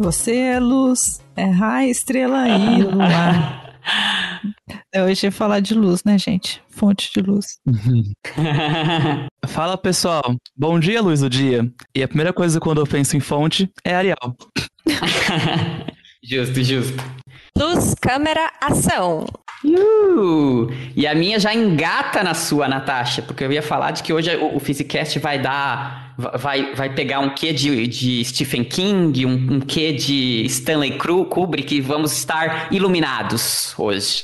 Você é luz, é raio, estrela e luar. Hoje eu ia falar de luz, né, gente? Fonte de luz. Fala, pessoal. Bom dia, luz do dia. E a primeira coisa quando eu penso em fonte é Arial. Justo. Luz, câmera, ação. E a minha já engata na sua, Natasha, porque eu ia falar de que hoje o Physicast vai pegar um quê de Stephen King, um quê de Stanley Kubrick, e vamos estar iluminados hoje.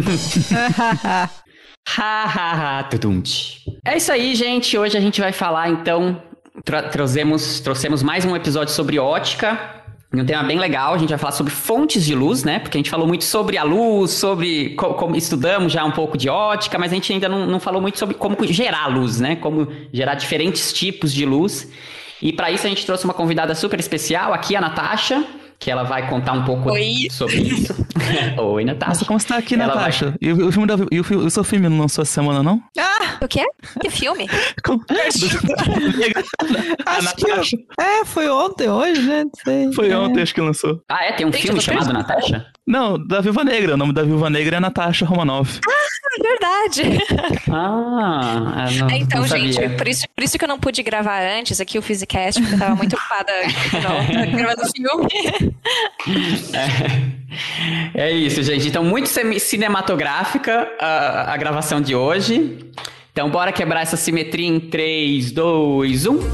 É isso aí, gente. Hoje a gente vai falar, então, trouxemos mais um episódio sobre ótica. Um tema bem legal, a gente vai falar sobre fontes de luz, né? Porque a gente falou muito sobre a luz, sobre como estudamos já um pouco de ótica, mas a gente ainda não falou muito sobre como gerar luz, né? Como gerar diferentes tipos de luz. E para isso a gente trouxe uma convidada super especial aqui, a Natasha, que ela vai contar um pouco sobre isso. Oi, Natasha. Nossa, como você tá aqui, Natasha? E o seu filme não lançou essa semana, não? O quê? Que filme? Acho que foi ontem, hoje, né? Não sei. Foi ontem, acho que lançou. Ah, tem um filme chamado Natasha? Não, da Viúva Negra. O nome da Viúva Negra é Natasha Romanoff. Verdade. Então, não gente, sabia. por isso que eu não pude gravar antes aqui o Physicast, porque eu tava muito ocupada gravando o filme. É isso, gente. Então, muito cinematográfica a gravação de hoje. Então, bora quebrar essa simetria em 3, 2, 1.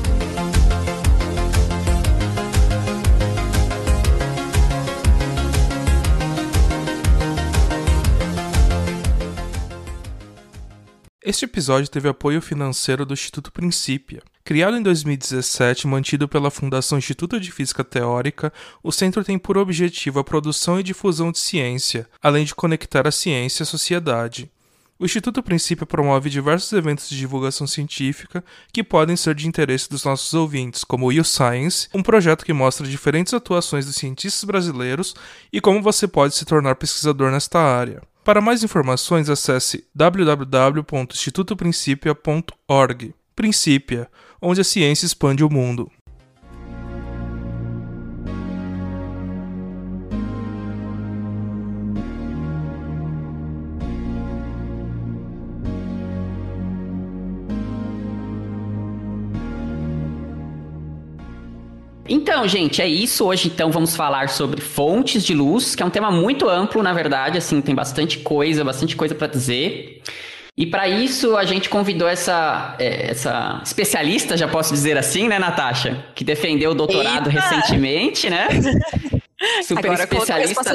Este episódio teve apoio financeiro do Instituto Principia. Criado em 2017 e mantido pela Fundação Instituto de Física Teórica, o centro tem por objetivo a produção e difusão de ciência, além de conectar a ciência à sociedade. O Instituto Principia promove diversos eventos de divulgação científica que podem ser de interesse dos nossos ouvintes, como o YouScience, um projeto que mostra diferentes atuações dos cientistas brasileiros e como você pode se tornar pesquisador nesta área. Para mais informações, acesse www.institutoprincipia.org. Principia, onde a ciência expande o mundo. Então, gente, é isso. Hoje, então, vamos falar sobre fontes de luz, que é um tema muito amplo, na verdade, assim, tem bastante coisa para dizer. E para isso, a gente convidou essa especialista, já posso dizer assim, né, Natasha? Que defendeu o doutorado recentemente, né? Super agora especialista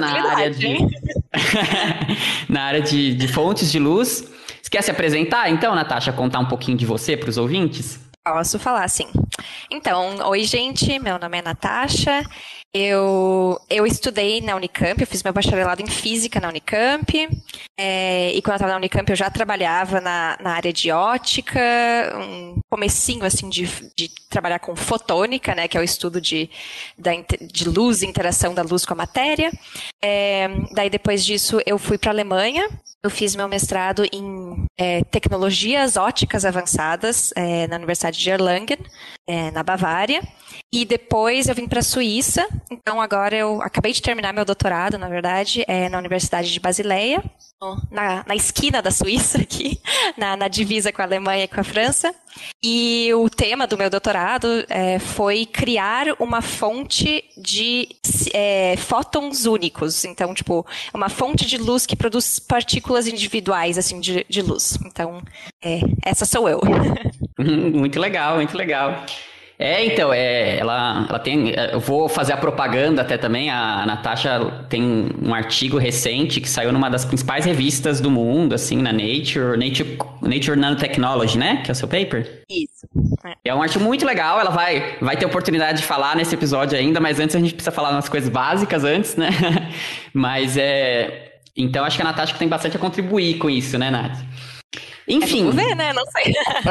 na área de fontes de luz. Você quer se apresentar, então, Natasha? Contar um pouquinho de você para os ouvintes? Posso falar, sim. Então, oi, gente, meu nome é Natasha, eu estudei na Unicamp, eu fiz meu bacharelado em Física na Unicamp, e quando eu estava na Unicamp eu já trabalhava na área de ótica, um comecinho, assim, de trabalhar com fotônica, né, que é o estudo de luz, interação da luz com a matéria. Daí, depois disso, eu fui para a Alemanha. Eu fiz meu mestrado em tecnologias óticas avançadas na Universidade de Erlangen, na Bavária. E depois eu vim para a Suíça. Então agora eu acabei de terminar meu doutorado, na verdade, na Universidade de Basileia, na esquina da Suíça aqui, na divisa com a Alemanha e com a França. E o tema do meu doutorado foi criar uma fonte de fótons únicos. Então, tipo, uma fonte de luz que produz partículas individuais, assim, de luz. Então, essa sou eu. Muito legal, muito legal. Então, ela tem... Eu vou fazer a propaganda até também. A Natasha tem um artigo recente que saiu numa das principais revistas do mundo, assim, na Nature Nanotechnology, né? Que é o seu paper. Isso. É um artigo muito legal. Ela vai ter oportunidade de falar nesse episódio ainda, mas antes a gente precisa falar umas coisas básicas antes, né? Mas Então, acho que a Natasha tem bastante a contribuir com isso, né, Nath? Enfim. Vamos ver, né? Não sei.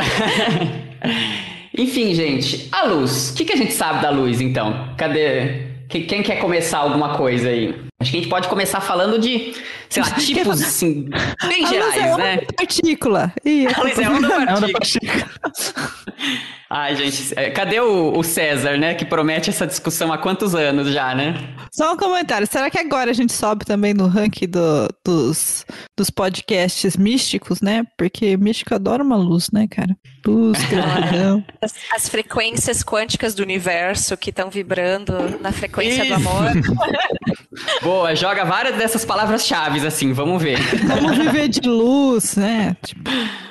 Enfim, gente, a luz. O que a gente sabe da luz, então? Cadê? Quem quer começar alguma coisa aí? Acho que a gente pode começar falando de, sei lá, tipos, assim, bem gerais, né? Partícula. A luz é onda partícula. Ai, gente, cadê o César, né? Que promete essa discussão há quantos anos já, né? Só um comentário. Será que agora a gente sobe também no ranking dos podcasts místicos, né? Porque místico adora uma luz, né, cara? Luz, gratidão. As frequências quânticas do universo que estão vibrando na frequência do amor. Boa, joga várias dessas palavras-chave, assim, vamos ver. Vamos viver de luz, né? Tipo...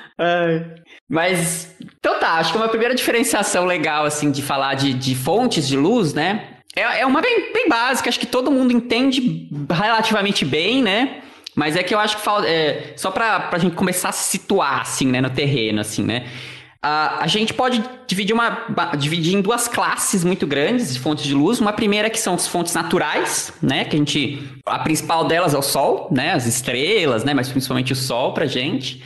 Mas, então tá, acho que uma primeira diferenciação legal, assim, de falar de fontes de luz, né? É uma bem básica, acho que todo mundo entende relativamente bem, né? Mas é que eu acho que falta, só pra gente começar a se situar, assim, né, no terreno, assim, né? A gente pode dividir em duas classes muito grandes de fontes de luz. Uma primeira que são as fontes naturais, né? A principal delas é o Sol, né? As estrelas, né? Mas principalmente o Sol pra gente.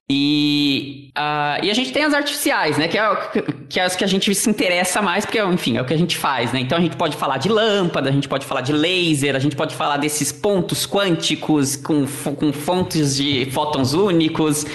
E a gente tem as artificiais, né? Que é as que a gente se interessa mais, porque, enfim, é o que a gente faz, né? Então a gente pode falar de lâmpada, a gente pode falar de laser, a gente pode falar desses pontos quânticos com fontes de fótons únicos.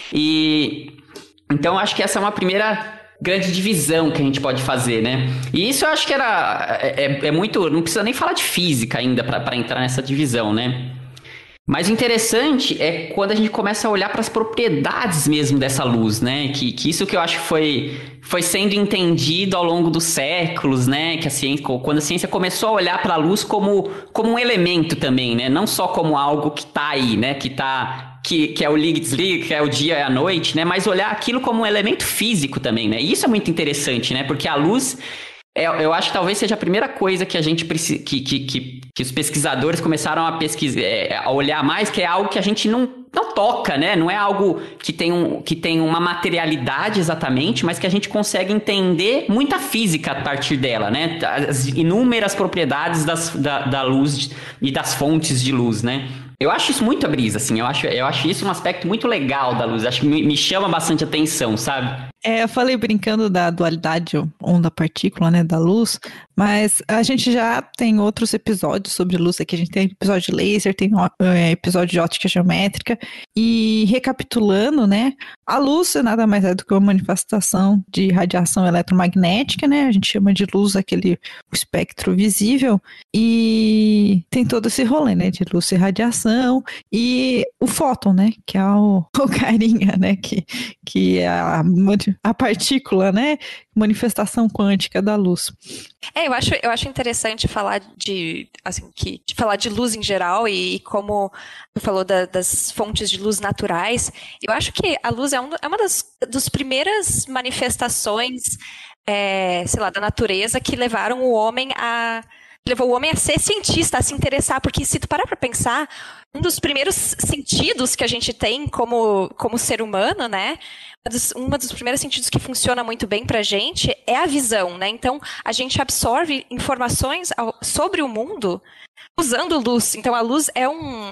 Então, acho que essa é uma primeira grande divisão que a gente pode fazer, né? E isso eu acho que é muito... Não precisa nem falar de física ainda para entrar nessa divisão, né? Mas o interessante é quando a gente começa a olhar para as propriedades mesmo dessa luz, né? Que isso que eu acho que foi sendo entendido ao longo dos séculos, né? Quando a ciência começou a olhar para a luz como um elemento também, né? Não só como algo que está aí, né? Que é o liga e desliga, que é o dia e a noite, né? Mas olhar aquilo como um elemento físico também, né? E isso é muito interessante, né? Porque a luz, eu acho que talvez seja a primeira coisa que a gente precisa, que os pesquisadores começaram a pesquisar, a olhar mais, que é algo que a gente não toca, né? Não é algo que tem uma materialidade exatamente, mas que a gente consegue entender muita física a partir dela, né? As inúmeras propriedades da luz e das fontes de luz, né? Eu acho isso muito a brisa, assim, eu acho isso um aspecto muito legal da luz, acho que me chama bastante atenção, sabe? Eu falei brincando da dualidade onda-partícula, né, da luz, mas a gente já tem outros episódios sobre luz aqui, a gente tem episódio de laser, tem episódio de ótica geométrica, e recapitulando, né, a luz nada mais é do que uma manifestação de radiação eletromagnética, né, a gente chama de luz o espectro visível, e tem todo esse rolê, né, de luz e radiação, e o fóton, né, que é o carinha, né, que é a partícula, né, manifestação quântica da luz. Eu acho interessante falar falar de luz em geral e como tu falou das fontes de luz naturais. Eu acho que a luz é uma das primeiras manifestações, sei lá, da natureza que levou o homem a ser cientista, a se interessar, porque se tu parar pra pensar, um dos primeiros sentidos que a gente tem como ser humano, né? Um dos primeiros sentidos que funciona muito bem pra gente é a visão, né? Então, a gente absorve informações sobre o mundo usando luz. Então, a luz é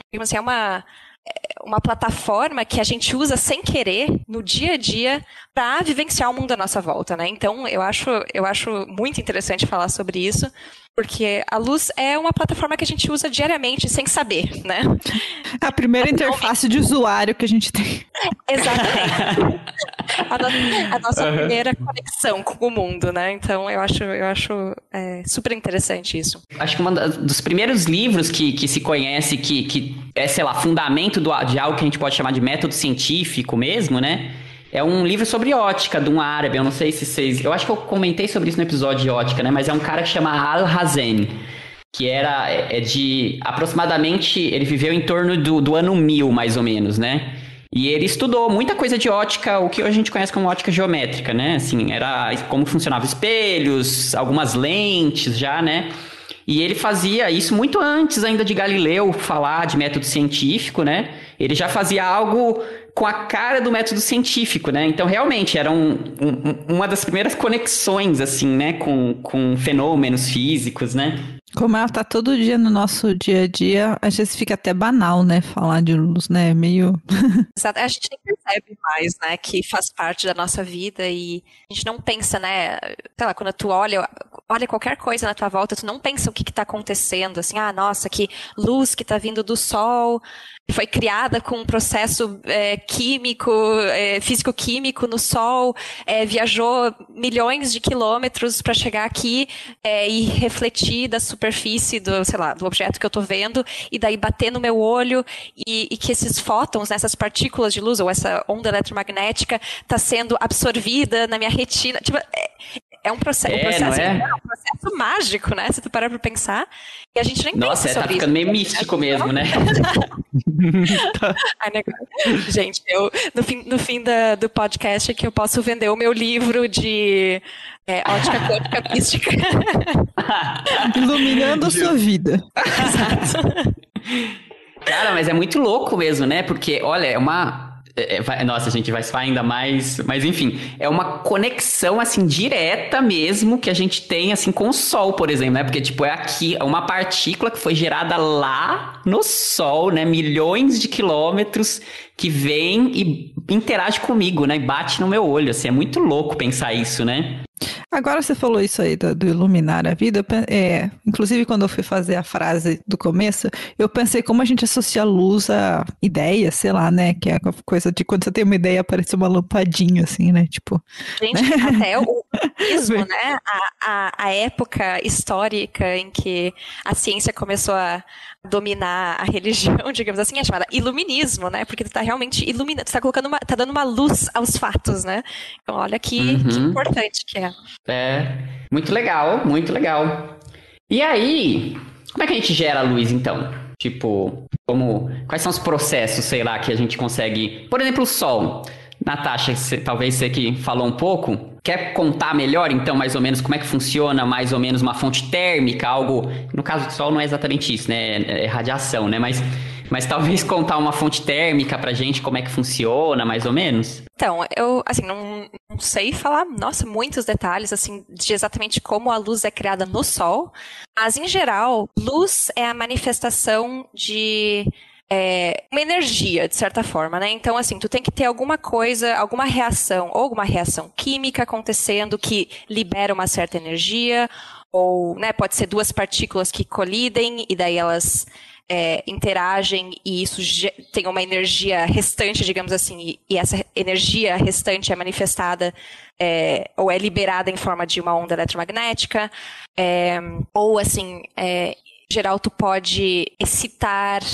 uma plataforma que a gente usa sem querer no dia a dia para vivenciar o mundo à nossa volta, né? Então, eu acho muito interessante falar sobre isso, porque a luz é uma plataforma que a gente usa diariamente sem saber, né? A primeira interface de usuário que a gente tem. Exatamente. A nossa primeira conexão com o mundo, né? Então, eu acho super interessante isso. Acho que um dos primeiros livros que se conhece, que é, sei lá, fundamento de algo que a gente pode chamar de método científico mesmo, né? É um livro sobre ótica, de um árabe. Eu não sei se vocês... Eu acho que eu comentei sobre isso no episódio de ótica, né? Mas é um cara que chama Al-Hazen, que é de aproximadamente... Ele viveu em torno do ano 1000, mais ou menos, né? E ele estudou muita coisa de ótica, o que a gente conhece como ótica geométrica, né? Assim, era como funcionavam espelhos, algumas lentes já, né? E ele fazia isso muito antes ainda de Galileu falar de método científico, né? Ele já fazia algo com a cara do método científico, né? Então, realmente, era uma das primeiras conexões, assim, né? Com fenômenos físicos, né? Como ela tá todo dia no nosso dia a dia, às vezes fica até banal, né? Falar de luz, né? Meio... Exato. A gente nem percebe mais, né? Que faz parte da nossa vida e a gente não pensa, né? Sei lá, quando tu olha qualquer coisa na tua volta, tu não pensa o que tá acontecendo, assim, nossa, que luz que tá vindo do sol foi criada com um processo químico, físico-químico no Sol, viajou milhões de quilômetros para chegar aqui e refletir da superfície do, sei lá, do objeto que eu estou vendo, e daí bater no meu olho, e que esses fótons, né, essas partículas de luz, ou essa onda eletromagnética, está sendo absorvida na minha retina. Tipo, é um processo, um processo mágico, né? Se tu parar pra pensar. E a gente nem pensa sobre tá ficando isso. meio místico mesmo, né? Gente, no fim do podcast é que eu posso vender o meu livro de ótica quântica mística. Iluminando a sua vida. Exato. Cara, mas é muito louco mesmo, né? Porque, olha, é uma... Nossa, a gente vai se falar ainda mais, mas enfim, é uma conexão, assim, direta mesmo que a gente tem, assim, com o Sol, por exemplo, né? Porque, tipo, é uma partícula que foi gerada lá no Sol, né? Milhões de quilômetros, que vem e interage comigo, né? E bate no meu olho, assim, é muito louco pensar isso, né? Agora você falou isso aí do iluminar a vida, inclusive quando eu fui fazer a frase do começo, eu pensei como a gente associa a luz a ideia, sei lá, né, que é a coisa de quando você tem uma ideia aparece uma lampadinha, assim, né, tipo... Gente, né? Até o mesmo, né, a época histórica em que a ciência começou a dominar a religião, digamos assim, é chamada iluminismo, né, porque tu tá realmente iluminando, tu tá colocando tá dando uma luz aos fatos, né, então olha que importante que é. Muito legal, muito legal. E aí, como é que a gente gera luz, então? Tipo, quais são os processos, sei lá, que a gente consegue... Por exemplo, o Sol. Natasha, talvez você que falou um pouco, quer contar melhor, então, mais ou menos, como é que funciona, mais ou menos, uma fonte térmica, algo... No caso do Sol não é exatamente isso, né? É radiação, né? Mas talvez contar uma fonte térmica pra gente, como é que funciona, mais ou menos? Então, eu, assim, não sei falar, nossa, muitos detalhes, assim, de exatamente como a luz é criada no Sol, mas, em geral, luz é a manifestação de... uma energia, de certa forma, né? Então, assim, tu tem que ter alguma coisa, alguma reação, ou alguma reação química acontecendo que libera uma certa energia, ou, né, pode ser duas partículas que colidem e daí elas interagem e isso tem uma energia restante, digamos assim, e essa energia restante é manifestada ou é liberada em forma de uma onda eletromagnética, ou, assim... Em geral, tu pode excitar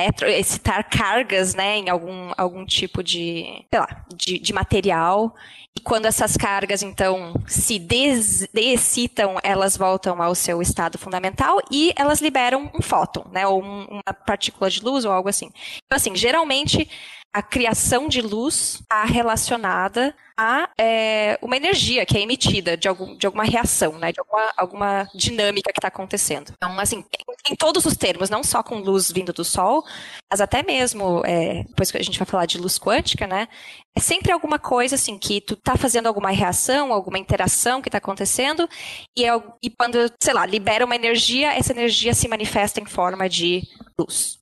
cargas, né, em algum tipo de, sei lá, de material. E quando essas cargas, então, se de-excitam, elas voltam ao seu estado fundamental e elas liberam um fóton, né, ou uma partícula de luz ou algo assim. Então, assim, geralmente, a criação de luz está relacionada a uma energia que é emitida de alguma reação, né, de alguma dinâmica que está acontecendo. Então, assim, em todos os termos, não só com luz vindo do Sol, mas até mesmo, depois que a gente vai falar de luz quântica, né, é sempre alguma coisa, assim, que tu tá fazendo alguma reação, alguma interação que está acontecendo, e quando, sei lá, libera uma energia, essa energia se manifesta em forma de luz.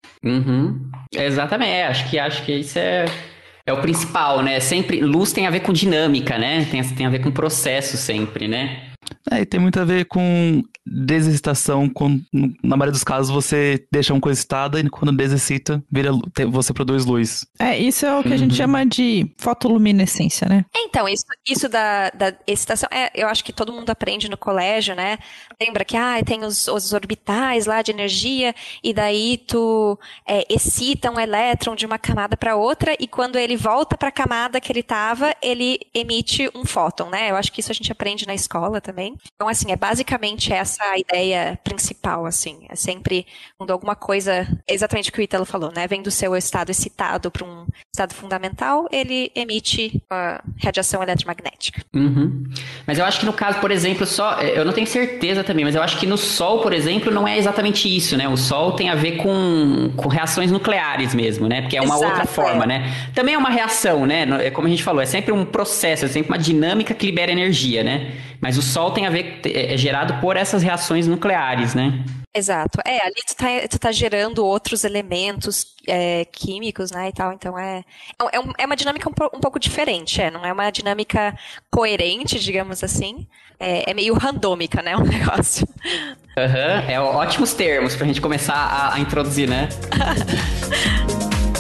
Exatamente, acho que isso é o principal, né? Sempre, luz tem a ver com dinâmica, né? Tem a ver com processo sempre, né? E tem muito a ver com desexcitação. Na maioria dos casos, você deixa uma coisa excitada e quando desexcita, você produz luz. Isso é o que a gente chama de fotoluminescência, né? Então, isso da excitação, eu acho que todo mundo aprende no colégio, né? Lembra que tem os orbitais lá de energia, e daí tu excita um elétron de uma camada para outra, e quando ele volta para a camada que ele estava, ele emite um fóton, né? Eu acho que isso a gente aprende na escola também. Então, assim, é basicamente essa a ideia principal, assim. É sempre quando alguma coisa, exatamente o que o Ítalo falou, né? Vem do seu estado excitado para um estado fundamental, ele emite uma radiação eletromagnética. Mas eu acho que no caso, por exemplo, eu não tenho certeza também, mas eu acho que no Sol, por exemplo, não é exatamente isso, né? O Sol tem a ver com reações nucleares mesmo, né? Porque é uma outra forma, né? Também é uma reação, né? Como a gente falou, é sempre um processo, é sempre uma dinâmica que libera energia, né? Mas o Sol tem a ver, é gerado por essas reações nucleares, né? Exato. Ali tu tá gerando outros elementos químicos, né, e tal, então é uma dinâmica um pouco diferente, não é uma dinâmica coerente, digamos assim, é meio randômica, né, o negócio. Ótimos termos pra gente começar a introduzir, né?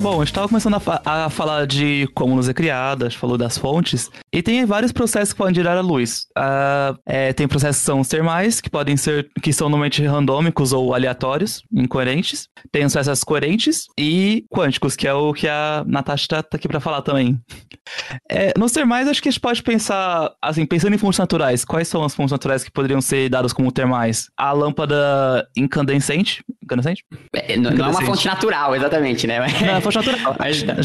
Bom, a gente estava começando a falar de como a luz é criada, a gente falou das fontes, e tem vários processos que podem gerar a luz. Tem processos que são os termais, que são normalmente randômicos ou aleatórios, incoerentes. Tem os processos coerentes e quânticos, que é o que a Natasha tá aqui para falar também. Nos termais, acho que a gente pode pensar, assim, pensando em fontes naturais, quais são as fontes naturais que poderiam ser dadas como termais? A lâmpada incandescente? Não é uma fonte natural, exatamente, né? Não, é fonte natural.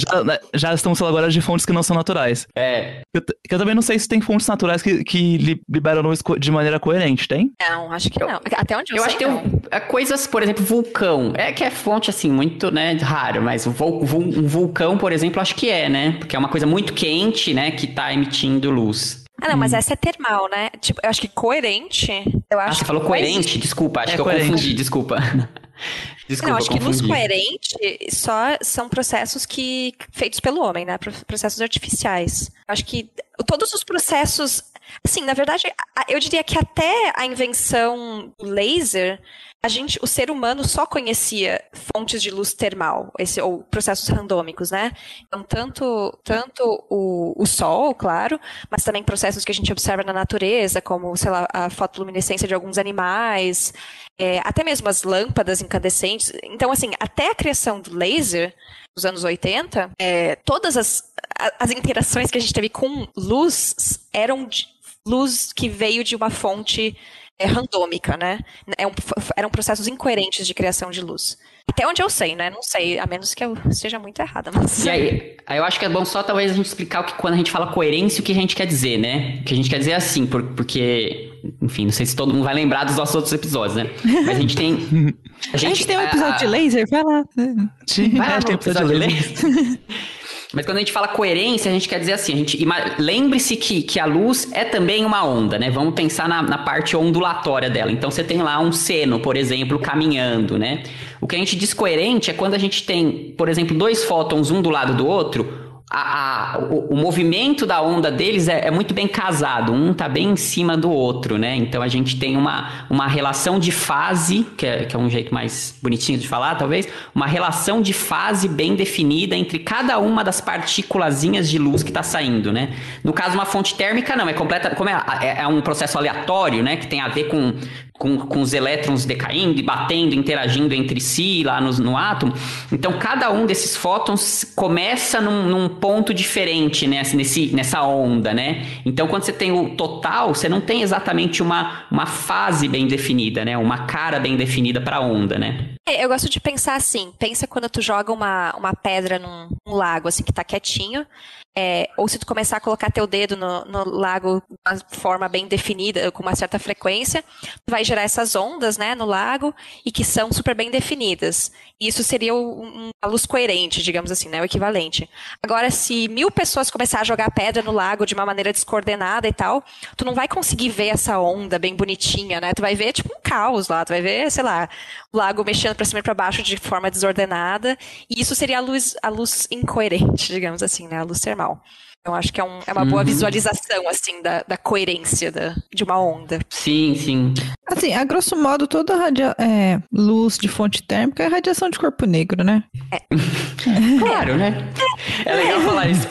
Já estamos falando agora de fontes que não são naturais. Eu também não sei se tem fontes naturais que liberam luz de maneira coerente, tem? Não, acho que não. Até onde eu sei, acho que tem coisas, por exemplo, vulcão. Que é fonte, assim, muito, né, raro, mas um vulcão, por exemplo, acho que né? Porque é uma coisa muito quente, né, que tá emitindo luz. Não, mas essa é termal, né? Tipo, eu acho que coerente, você falou coerente? Desculpa, acho que eu confundi, desculpa. Não, acho que luz coerente só são processos feitos pelo homem, né? Processos artificiais. Acho que todos os processos... Assim, na verdade, eu diria que até a invenção do laser, o ser humano só conhecia fontes de luz termal, ou processos randômicos, né? Então, tanto o Sol, claro, mas também processos que a gente observa na natureza, como, sei lá, a fotoluminescência de alguns animais, até mesmo as lâmpadas incandescentes. Então, assim, até a criação do laser, nos anos 80, todas as interações que a gente teve com luz eram luz que veio de uma fonte randômica, né? Eram processos incoerentes de criação de luz. Até onde eu sei, né? Não sei, a menos que eu esteja muito errada. Mas... E aí, eu acho que é bom só talvez a gente explicar quando a gente fala coerência, o que a gente quer dizer, né? O que a gente quer dizer é assim, porque... Enfim, não sei se todo mundo vai lembrar dos nossos outros episódios, né? Mas a gente tem... A gente tem um episódio de laser, vai lá. Vai lá no episódio de laser. Mas quando a gente fala coerência, a gente quer dizer assim, lembre-se que a luz é também uma onda, né? Vamos pensar na parte ondulatória dela. Então você tem lá um seno, por exemplo, caminhando, né? O que a gente diz coerente é quando a gente tem, por exemplo, dois fótons um do lado do outro, o movimento da onda deles é muito bem casado, um tá bem em cima do outro, né? Então a gente tem uma relação de fase, que é um jeito mais bonitinho de falar, talvez, uma relação de fase bem definida entre cada uma das partículazinhas de luz que tá saindo, né? No caso, uma fonte térmica, não, como é um processo aleatório, né? Que tem a ver com os elétrons decaindo e batendo, interagindo entre si lá no átomo. Então, cada um desses fótons começa num ponto diferente, né? Nessa onda, né? Então, quando você tem o total, você não tem exatamente uma fase bem definida, né? Uma cara bem definida para a onda, né? Eu gosto de pensar assim, pensa quando tu joga uma pedra num lago, assim, que tá quietinho, ou se tu começar a colocar teu dedo no lago de uma forma bem definida, com uma certa frequência, tu vai gerar essas ondas, né, no lago, e que são super bem definidas. E isso seria uma luz coerente, digamos assim, né, o equivalente. Agora, se 1000 pessoas começarem a jogar pedra no lago de uma maneira descoordenada e tal, tu não vai conseguir ver essa onda bem bonitinha, né, tu vai ver tipo um caos lá, tu vai ver, sei lá, o lago mexendo pra cima e pra baixo de forma desordenada, e isso seria a luz incoerente, digamos assim, né, a luz termal. Então, acho que é uma boa visualização, assim, da coerência de uma onda. Sim, sim. Assim, a grosso modo, toda luz de fonte térmica é radiação de corpo negro, né? Claro, né? É legal falar isso,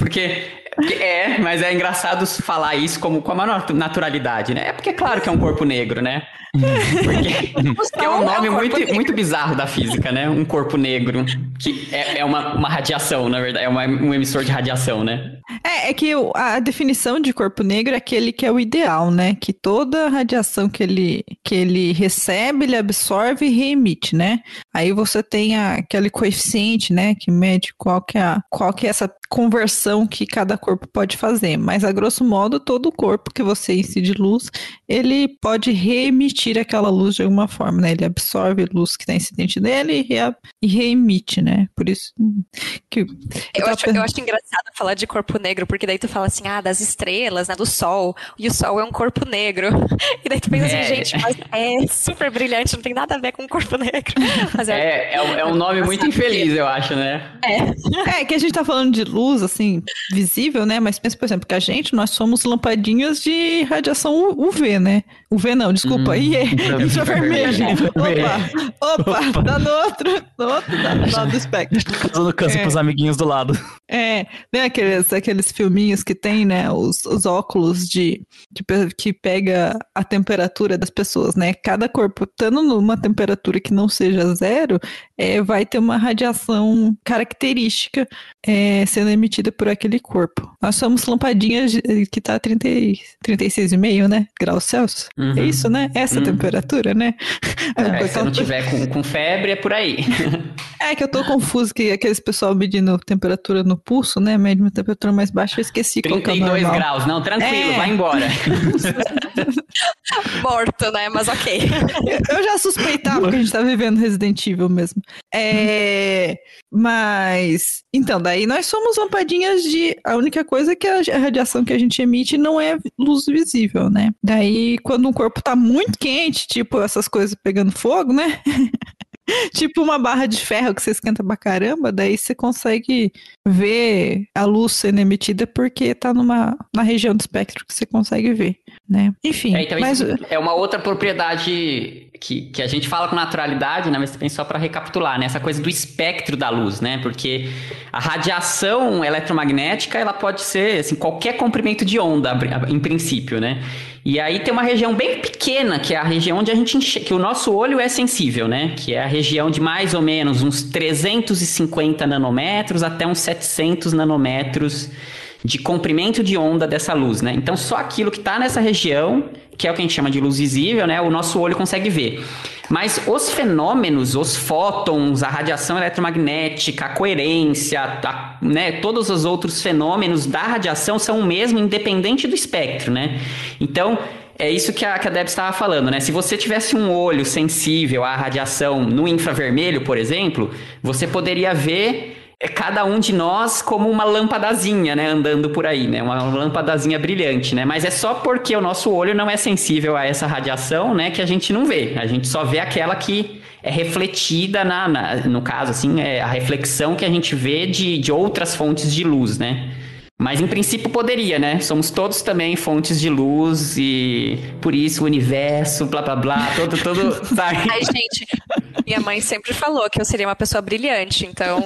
mas é engraçado falar isso com uma naturalidade, né? Porque é claro que é um corpo negro, né? Porque é um nome muito bizarro da física, né? Um corpo negro, que é uma radiação, na verdade, é um emissor de radiação, né? É que a definição de corpo negro é aquele que é o ideal, né? Que toda radiação que ele recebe, ele absorve e reemite, né? Aí você tem aquele coeficiente, né? Que mede qual que é essa conversão que cada corpo pode fazer. Mas, a grosso modo, todo corpo que você incide luz, ele pode reemitir aquela luz de alguma forma, né? Ele absorve a luz que está incidente dele e reemite, né? Por isso que... Eu acho engraçado falar de corpo negro, porque daí tu fala assim, das estrelas, né, do sol, e o sol é um corpo negro. E daí tu pensa assim, gente, mas é super brilhante, não tem nada a ver com um corpo negro. Mas é um nome muito infeliz, eu acho, né? Que a gente tá falando de luz, assim, visível, né? Mas pensa, por exemplo, que nós somos lampadinhas de radiação UV, né? UV não, desculpa, infravermelho. Opa, tá no outro lado do espectro. Causando câncer pros amiguinhos do lado. Né, aqueles filminhos que tem, né, os óculos que pega a temperatura das pessoas, né? Cada corpo estando numa temperatura que não seja zero, vai ter uma radiação característica sendo emitida por aquele corpo. Nós somos lampadinhas que tá 36,5, né, graus Celsius. É isso, né? Essa temperatura, né? Se eu não tiver com febre, é por aí. É que eu tô confuso, que aqueles pessoal medindo temperatura no pulso, né? Mede uma temperatura mais baixa, eu esqueci qual que é o normal. 32 graus, não, tranquilo, vai embora. Morto, né? Mas ok. Eu já suspeitava que a gente tá vivendo Resident Evil mesmo. Mas, então, daí nós somos lampadinhas a única coisa é que a radiação que a gente emite não é luz visível, né? Daí, quando um corpo tá muito quente, tipo essas coisas pegando fogo, né? Tipo uma barra de ferro que você esquenta pra caramba, daí você consegue ver a luz sendo emitida porque tá na região do espectro que você consegue ver, né? Enfim. Então mas... é uma outra propriedade que a gente fala com naturalidade, né? Mas também só para recapitular, né? Essa coisa do espectro da luz, né? Porque a radiação eletromagnética, ela pode ser, assim, qualquer comprimento de onda, em princípio, né? E aí tem uma região bem pequena, que é a região onde que o nosso olho é sensível, né? Que é a região de mais ou menos uns 350 nanômetros até uns 700 nanômetros de comprimento de onda dessa luz, né? Então, só aquilo que está nessa região, que é o que a gente chama de luz visível, né? O nosso olho consegue ver. Mas os fenômenos, os fótons, a radiação eletromagnética, a coerência, né? Todos os outros fenômenos da radiação são o mesmo, independente do espectro, né? Então, é isso que a Deb estava falando, né? Se você tivesse um olho sensível à radiação no infravermelho, por exemplo, você poderia ver cada um de nós como uma lâmpadazinha, né, andando por aí, né, uma lâmpadazinha brilhante, né, mas é só porque o nosso olho não é sensível a essa radiação, né, que a gente não vê, a gente só vê aquela que é refletida no caso, assim, é a reflexão que a gente vê de outras fontes de luz, né. Mas, em princípio, poderia, né? Somos todos também fontes de luz e, por isso, o universo, blá, blá, blá, todo, sabe? Ai, gente, minha mãe sempre falou que eu seria uma pessoa brilhante, então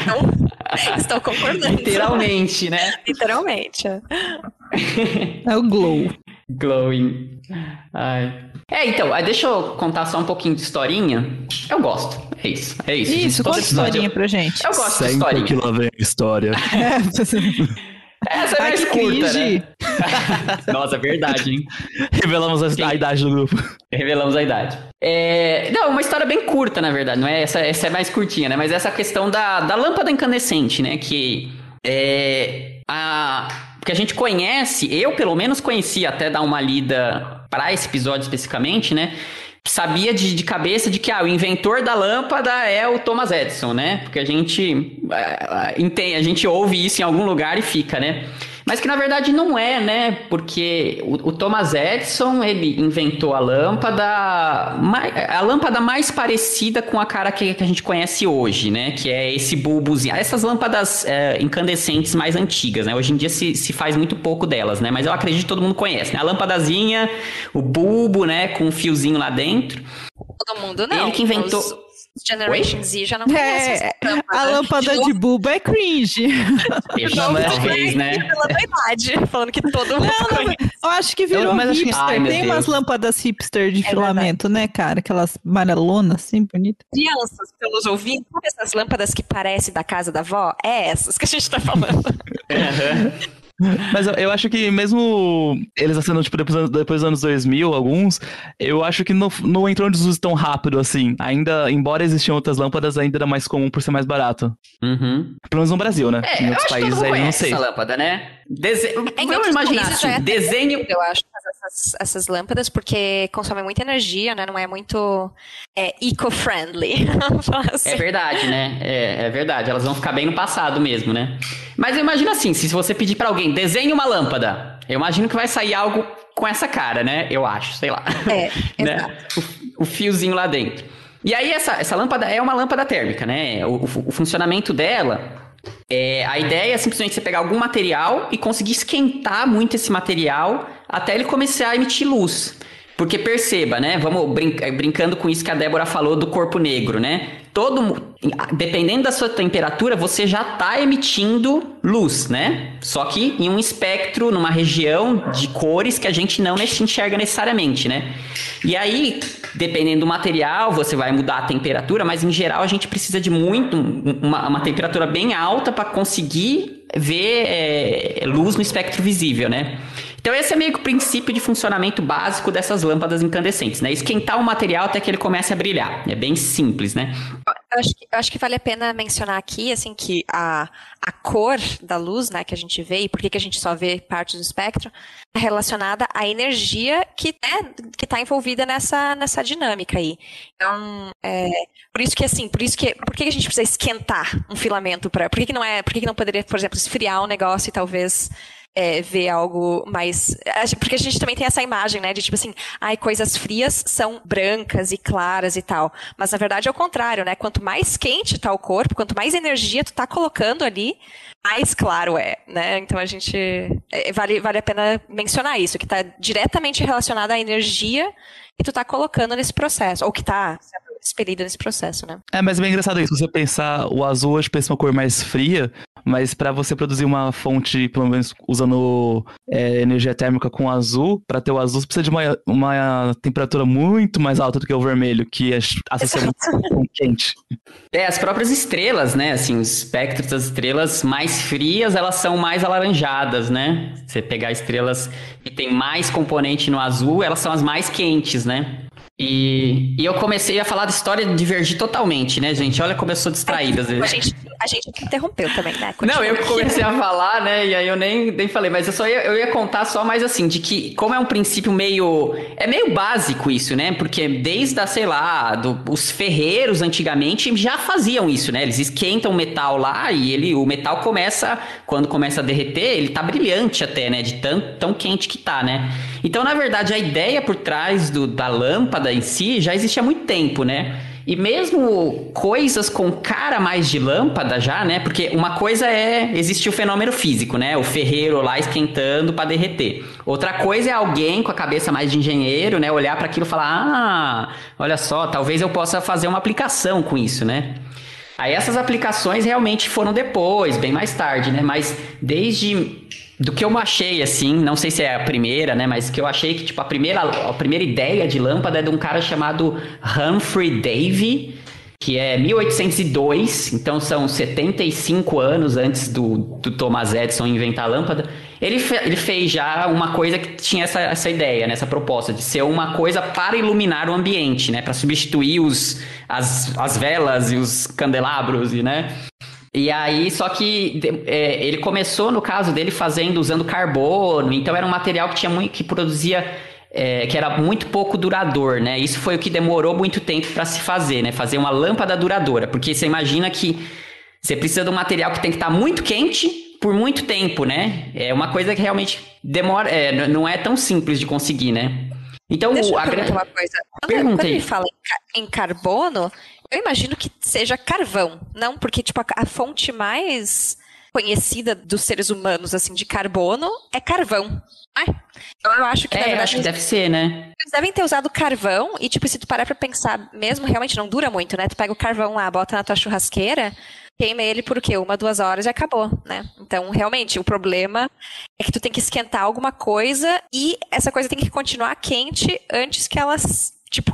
estou concordando. Literalmente, né? Literalmente. É o glow. Glowing. Ai. Então, deixa eu contar só um pouquinho de historinha. Eu gosto. É isso. Isso, conta historinha pra gente. Eu gosto de historinha. Que lá vem a história. Essa é mais curta, né? Nossa, verdade, hein? Revelamos a idade do grupo. Revelamos a idade. Não, uma história bem curta, na verdade. Não é essa é mais curtinha, né? Mas essa questão da lâmpada incandescente, né? Que que a gente conhece, eu pelo menos conheci, até dar uma lida para esse episódio especificamente, né? Sabia de cabeça de que o inventor da lâmpada é o Thomas Edison, né? Porque a gente ouve isso em algum lugar e fica, né? Mas que na verdade não é, né? Porque o Thomas Edison, ele inventou a lâmpada mais parecida com a cara que a gente conhece hoje, né? Que é esse bulbozinho. Essas lâmpadas incandescentes mais antigas, né? Hoje em dia se faz muito pouco delas, né? Mas eu acredito que todo mundo conhece, né? A lâmpadazinha, o bulbo, né? Com um fiozinho lá dentro. Todo mundo não. Ele que inventou... Generation Z já não conhece a lâmpada de bulbo é cringe. Talvez, né? Pela idade, falando que todo mundo conhece. Eu acho que virou hipster. Tem umas lâmpadas hipster de filamento, né, cara? Aquelas amarelonas, assim, bonitas. Crianças, pelos ouvintes, sabe essas lâmpadas que parecem da casa da avó? É essas que a gente tá falando. Mas eu acho que mesmo eles assinando, tipo, depois dos anos 2000, alguns, eu acho que não entrou em desuso tão rápido, assim. Ainda, embora existiam outras lâmpadas, ainda era mais comum por ser mais barato. Uhum. Pelo menos no Brasil, né? Em outros países aí, não sei. Essa lâmpada, né? Vamos imaginar assim, desenho... Eu acho essas lâmpadas, porque consomem muita energia, né? Não é muito eco-friendly. Assim. É verdade, né? É verdade. Elas vão ficar bem no passado mesmo, né? Mas eu imagino assim, se você pedir pra alguém, desenhe uma lâmpada, eu imagino que vai sair algo com essa cara, né? Eu acho, sei lá. Né? Exato. O fiozinho lá dentro. E aí, essa lâmpada é uma lâmpada térmica, né? O funcionamento dela... a ideia é simplesmente você pegar algum material e conseguir esquentar muito esse material até ele começar a emitir luz. Porque perceba, né? Vamos brincando com isso que a Débora falou do corpo negro, né? Dependendo da sua temperatura, você já está emitindo luz, né? Só que em um espectro, numa região de cores que a gente não enxerga necessariamente, né? E aí, dependendo do material, você vai mudar a temperatura, mas em geral a gente precisa de uma temperatura bem alta para conseguir ver luz no espectro visível, né? Então esse é meio que o princípio de funcionamento básico dessas lâmpadas incandescentes, né? Esquentar o material até que ele comece a brilhar. É bem simples, né? Eu acho que vale a pena mencionar aqui, assim, que a cor da luz, né, que a gente vê, e por que a gente só vê parte do espectro, é relacionada à energia que está envolvida nessa dinâmica aí. Então, por que a gente precisa esquentar um filamento por que não poderia, por exemplo, esfriar um negócio e talvez ver algo mais... Porque a gente também tem essa imagem, né, de tipo assim, coisas frias são brancas e claras e tal. Mas na verdade é o contrário, né? Quanto mais quente tá o corpo, quanto mais energia tu tá colocando ali, mais claro é, né? Então a gente... Vale a pena mencionar isso, que tá diretamente relacionado à energia que tu tá colocando nesse processo, ou que tá expelida nesse processo, né? Mas é bem engraçado isso, você pensar o azul, acho que pensa uma cor mais fria, mas para você produzir uma fonte, pelo menos usando energia térmica com azul, para ter o azul você precisa de uma temperatura muito mais alta do que o vermelho, que associa muito com quente. As próprias estrelas, né, assim, os espectros das estrelas mais frias, elas são mais alaranjadas, né? Você pegar estrelas que tem mais componente no azul, elas são as mais quentes, né? E eu comecei a falar da história e divergir totalmente, né, gente? Olha como eu sou distraída às vezes. A gente interrompeu também, né? Não, eu comecei a falar, né, e aí eu nem falei, mas eu ia contar só mais assim, de que como é um princípio meio básico isso, né, porque desde os ferreiros antigamente já faziam isso, né, eles esquentam o metal lá e o metal quando começa a derreter, ele tá brilhante até, né, de tão quente que tá, né. Então, na verdade, a ideia por trás da lâmpada em si já existe há muito tempo, né? E mesmo coisas com cara mais de lâmpada já, né? Porque uma coisa existe o fenômeno físico, né? O ferreiro lá esquentando para derreter. Outra coisa é alguém com a cabeça mais de engenheiro, né? Olhar para aquilo e falar, olha só, talvez eu possa fazer uma aplicação com isso, né? Aí essas aplicações realmente foram depois, bem mais tarde, né? Mas do que eu achei, assim, não sei se é a primeira, né? Mas que eu achei que, tipo, a primeira ideia de lâmpada é de um cara chamado Humphrey Davy, que é 1802, então são 75 anos antes do Thomas Edison inventar a lâmpada. Ele fez já uma coisa que tinha essa ideia, né? Essa proposta de ser uma coisa para iluminar o ambiente, né? Para substituir as velas e os candelabros, né? E aí, só que ele começou, no caso dele, usando carbono, então era um material que produzia, que era muito pouco duradouro, né? Isso foi o que demorou muito tempo para se fazer, né? Fazer uma lâmpada duradoura, porque você imagina que você precisa de um material que tem que estar muito quente por muito tempo, né? É uma coisa que realmente demora, não é tão simples de conseguir, né? Então, deixa eu perguntar uma coisa. Pergunta quando aí. ele fala em carbono, eu imagino que seja carvão, não? Porque, tipo, a fonte mais conhecida dos seres humanos, assim, de carbono é carvão. Então eu acho que, na verdade, acho que deve ser, né? Eles devem ter usado carvão e, tipo, se tu parar pra pensar mesmo, realmente não dura muito, né? Tu pega o carvão lá, bota na tua churrasqueira, queima ele por quê? 1, 2 horas e acabou, né? Então, realmente, o problema é que tu tem que esquentar alguma coisa e essa coisa tem que continuar quente antes que elas, tipo,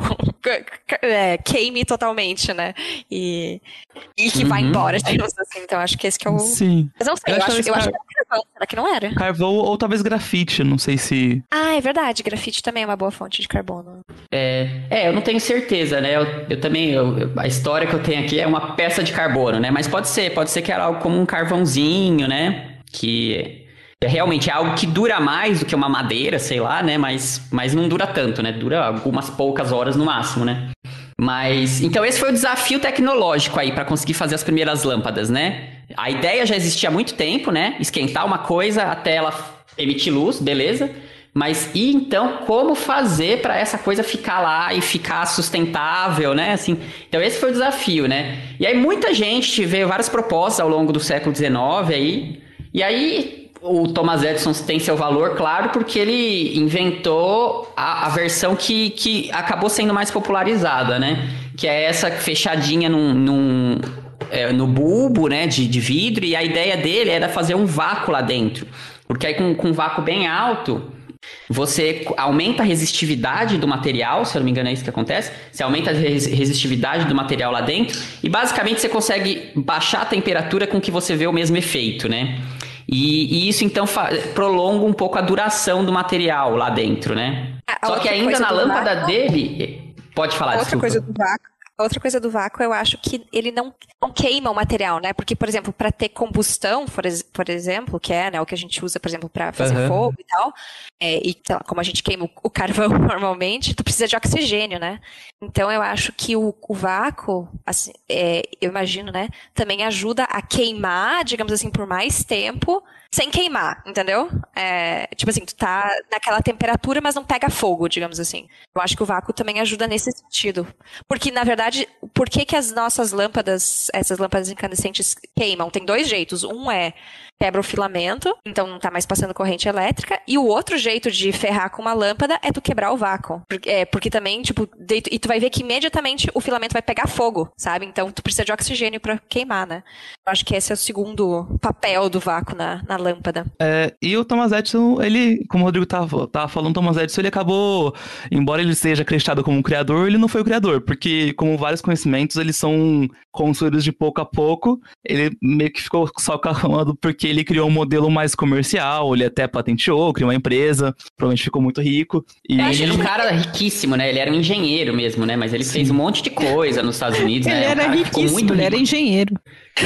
queime totalmente, né? E que vá embora, digamos assim. Então, acho que esse que é o... Sim. Mas não sei, eu acho que era carvão. Será que não era? Carvão ou talvez grafite, não sei se... É verdade. Grafite também é uma boa fonte de carbono. Eu não tenho certeza, né? Eu também... a história que eu tenho aqui é uma peça de carbono, né? Mas pode ser que era algo como um carvãozinho, né? Que realmente é algo que dura mais do que uma madeira, sei lá, né? Mas não dura tanto, né? Dura algumas poucas horas no máximo, né? Mas, então esse foi o desafio tecnológico aí para conseguir fazer as primeiras lâmpadas, né? A ideia já existia há muito tempo, né? Esquentar uma coisa até ela emitir luz, beleza? Mas e então como fazer para essa coisa ficar lá e ficar sustentável, né? Assim, então esse foi o desafio, né? E aí muita gente veio várias propostas ao longo do século XIX aí, e aí o Thomas Edison tem seu valor, claro, porque ele inventou a versão que acabou sendo mais popularizada, né? Que é essa fechadinha no bulbo, né, de vidro, e a ideia dele era fazer um vácuo lá dentro. Porque aí com um vácuo bem alto, você aumenta a resistividade do material, se eu não me engano é isso que acontece. Você aumenta a resistividade do material lá dentro e basicamente você consegue baixar a temperatura com que você vê o mesmo efeito, né? E isso então prolonga um pouco a duração do material lá dentro, né? Só que ainda na lâmpada dele... Pode falar, desculpa. Outra coisa do vácuo, eu acho que ele não queima o material, né? Porque, por exemplo, para ter combustão, por exemplo, que é, né, o que a gente usa, por exemplo, para fazer fogo e tal, e sei lá, como a gente queima o carvão normalmente, tu precisa de oxigênio, né? Então, eu acho que o vácuo, assim, eu imagino, né, também ajuda a queimar, digamos assim, por mais tempo, sem queimar, entendeu? Tipo assim, tu tá naquela temperatura, mas não pega fogo, digamos assim. Eu acho que o vácuo também ajuda nesse sentido. Porque, na verdade, por que as nossas lâmpadas, essas lâmpadas incandescentes queimam? Tem dois jeitos. Um é quebra o filamento, então não tá mais passando corrente elétrica. E o outro jeito de ferrar com uma lâmpada é tu quebrar o vácuo. Porque também, tipo, e tu vai ver que imediatamente o filamento vai pegar fogo, sabe? Então tu precisa de oxigênio pra queimar, né? Eu acho que esse é o segundo papel do vácuo na lâmpada. E o Thomas Edison, ele, como o Rodrigo tava falando, Thomas Edison, ele acabou, embora ele seja acreditado como um criador, ele não foi o criador, porque como vários conhecimentos, eles são construídos de pouco a pouco, ele meio que ficou só calmado porque ele criou um modelo mais comercial, ele até patenteou, criou uma empresa, provavelmente ficou muito rico. E ele era um cara riquíssimo, né? Ele era um engenheiro mesmo, né? Mas ele fez um monte de coisa nos Estados Unidos, ele né? Era riquíssimo, ele era engenheiro.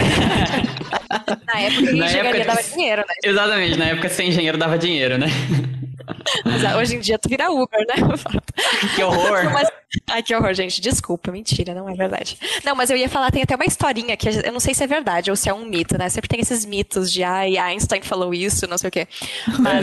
Na época, engenharia dava dinheiro, né? Exatamente, na época ser engenheiro dava dinheiro, né? Mas hoje em dia tu vira Uber, né? Que horror! Ai, que horror, gente. Desculpa, mentira, não é verdade. Não, mas eu ia falar, tem até uma historinha que eu não sei se é verdade ou se é um mito, né? Sempre tem esses mitos de, Einstein falou isso, não sei o quê. Mas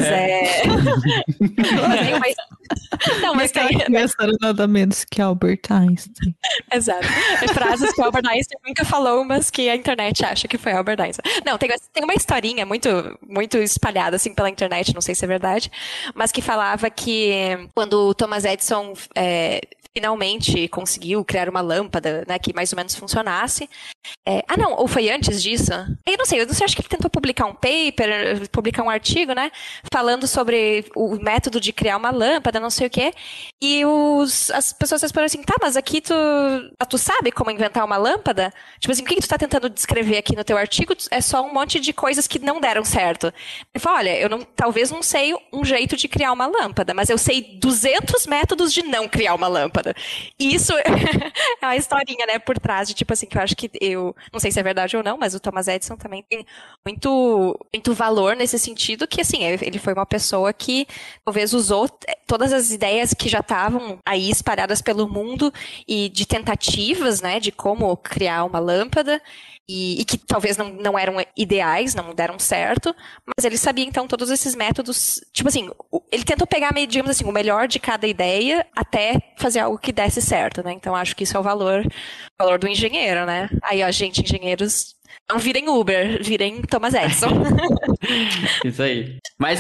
Não, mas tem... Começaram nada menos que Albert Einstein. Exato. Frases que Albert Einstein nunca falou, mas que a internet acha que foi Albert Einstein. Não, tem uma historinha muito, muito espalhada, assim, pela internet, não sei se é verdade, mas que falava que quando o Thomas Edison finalmente conseguiu criar uma lâmpada, né, que mais ou menos funcionasse. Não, ou foi antes disso? Eu não sei, acho que ele tentou publicar um paper, publicar um artigo, né, falando sobre o método de criar uma lâmpada, não sei o quê, e as pessoas responderam assim, tá, mas aqui tu sabe como inventar uma lâmpada? Tipo assim, o que tu tá tentando descrever aqui no teu artigo é só um monte de coisas que não deram certo. Ele falou, olha, eu talvez não sei um jeito de criar uma lâmpada, mas eu sei 200 métodos de não criar uma lâmpada. E isso é uma historinha, né, por trás de, tipo assim, que eu acho que não sei se é verdade ou não, mas o Thomas Edison também tem muito, muito valor nesse sentido que, assim, ele foi uma pessoa que talvez usou todas as ideias que já estavam aí espalhadas pelo mundo e de tentativas, né, de como criar uma lâmpada e que talvez não eram ideais, não deram certo, mas ele sabia, então, todos esses métodos, tipo assim, ele tentou pegar, digamos assim, o melhor de cada ideia até fazer algo que desse certo, né? Então, acho que isso é o valor do engenheiro, né? Aí, ó, gente, engenheiros, não virem Uber, virem Thomas Edison. Isso aí. Mas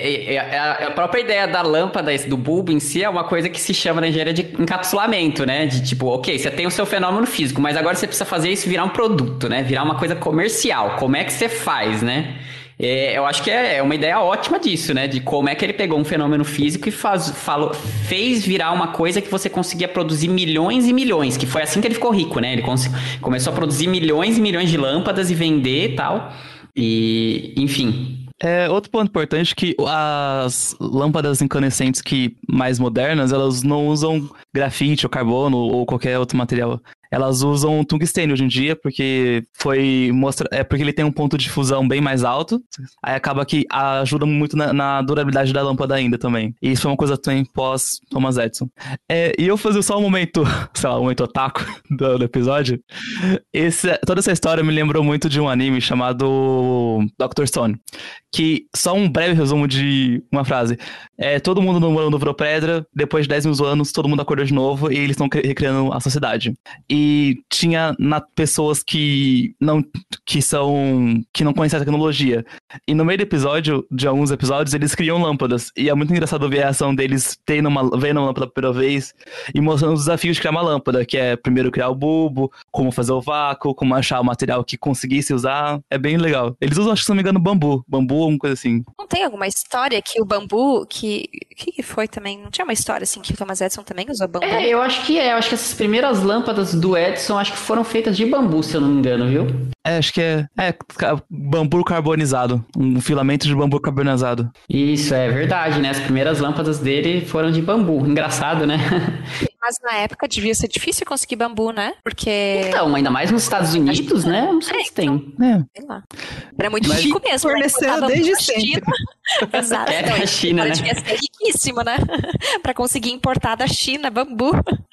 a própria ideia da lâmpada, do bulbo em si, é uma coisa que se chama na engenharia de encapsulamento, né? De tipo, ok, você tem o seu fenômeno físico, mas agora você precisa fazer isso virar um produto, né? Virar uma coisa comercial. Como é que você faz, né? Eu acho que é uma ideia ótima disso, né? De como é que ele pegou um fenômeno físico e fez virar uma coisa que você conseguia produzir milhões e milhões, que foi assim que ele ficou rico, né? Ele começou a produzir milhões e milhões de lâmpadas e vender e tal. E, enfim... Outro ponto importante é que as lâmpadas incandescentes mais modernas, elas não usam grafite ou carbono ou qualquer outro material. elas usam tungstênio hoje em dia, porque porque ele tem um ponto de fusão bem mais alto, aí acaba que ajuda muito na durabilidade da lâmpada ainda também. E isso foi uma coisa também pós Thomas Edison. E eu fazer só um momento, sei lá, um momento otaku do episódio. Toda essa história me lembrou muito de um anime chamado Dr. Stone, que só um breve resumo de uma frase. Todo mundo no mundo virou pedra, depois de 10 mil anos, todo mundo acordou de novo e eles estão recriando a sociedade. E tinha pessoas que não conhecem a tecnologia. E no meio do episódio, de alguns episódios, eles criam lâmpadas. E é muito engraçado ver a ação deles vendo uma lâmpada pela primeira vez e mostrando os desafios de criar uma lâmpada, que é primeiro criar o bulbo, como fazer o vácuo, como achar o material que conseguisse usar. É bem legal. Eles usam, acho que se não me engano, bambu, alguma coisa assim. Não tem alguma história que o bambu, que foi também? Não tinha uma história assim que o Thomas Edison também usou bambu? Eu acho que acho que essas primeiras lâmpadas do Edison, acho que foram feitas de bambu, se eu não me engano, viu? Acho que bambu carbonizado, um filamento de bambu carbonizado. Isso, é verdade, né? As primeiras lâmpadas dele foram de bambu. Engraçado, né? Mas na época devia ser difícil conseguir bambu, né? Porque... Então, ainda mais nos Estados Unidos, né? Não sei se tem. Sei lá. Era muito rico mesmo. Forneceu desde sempre. Exato. Da China, né? Devia ser riquíssimo, né? Pra conseguir importar da China bambu.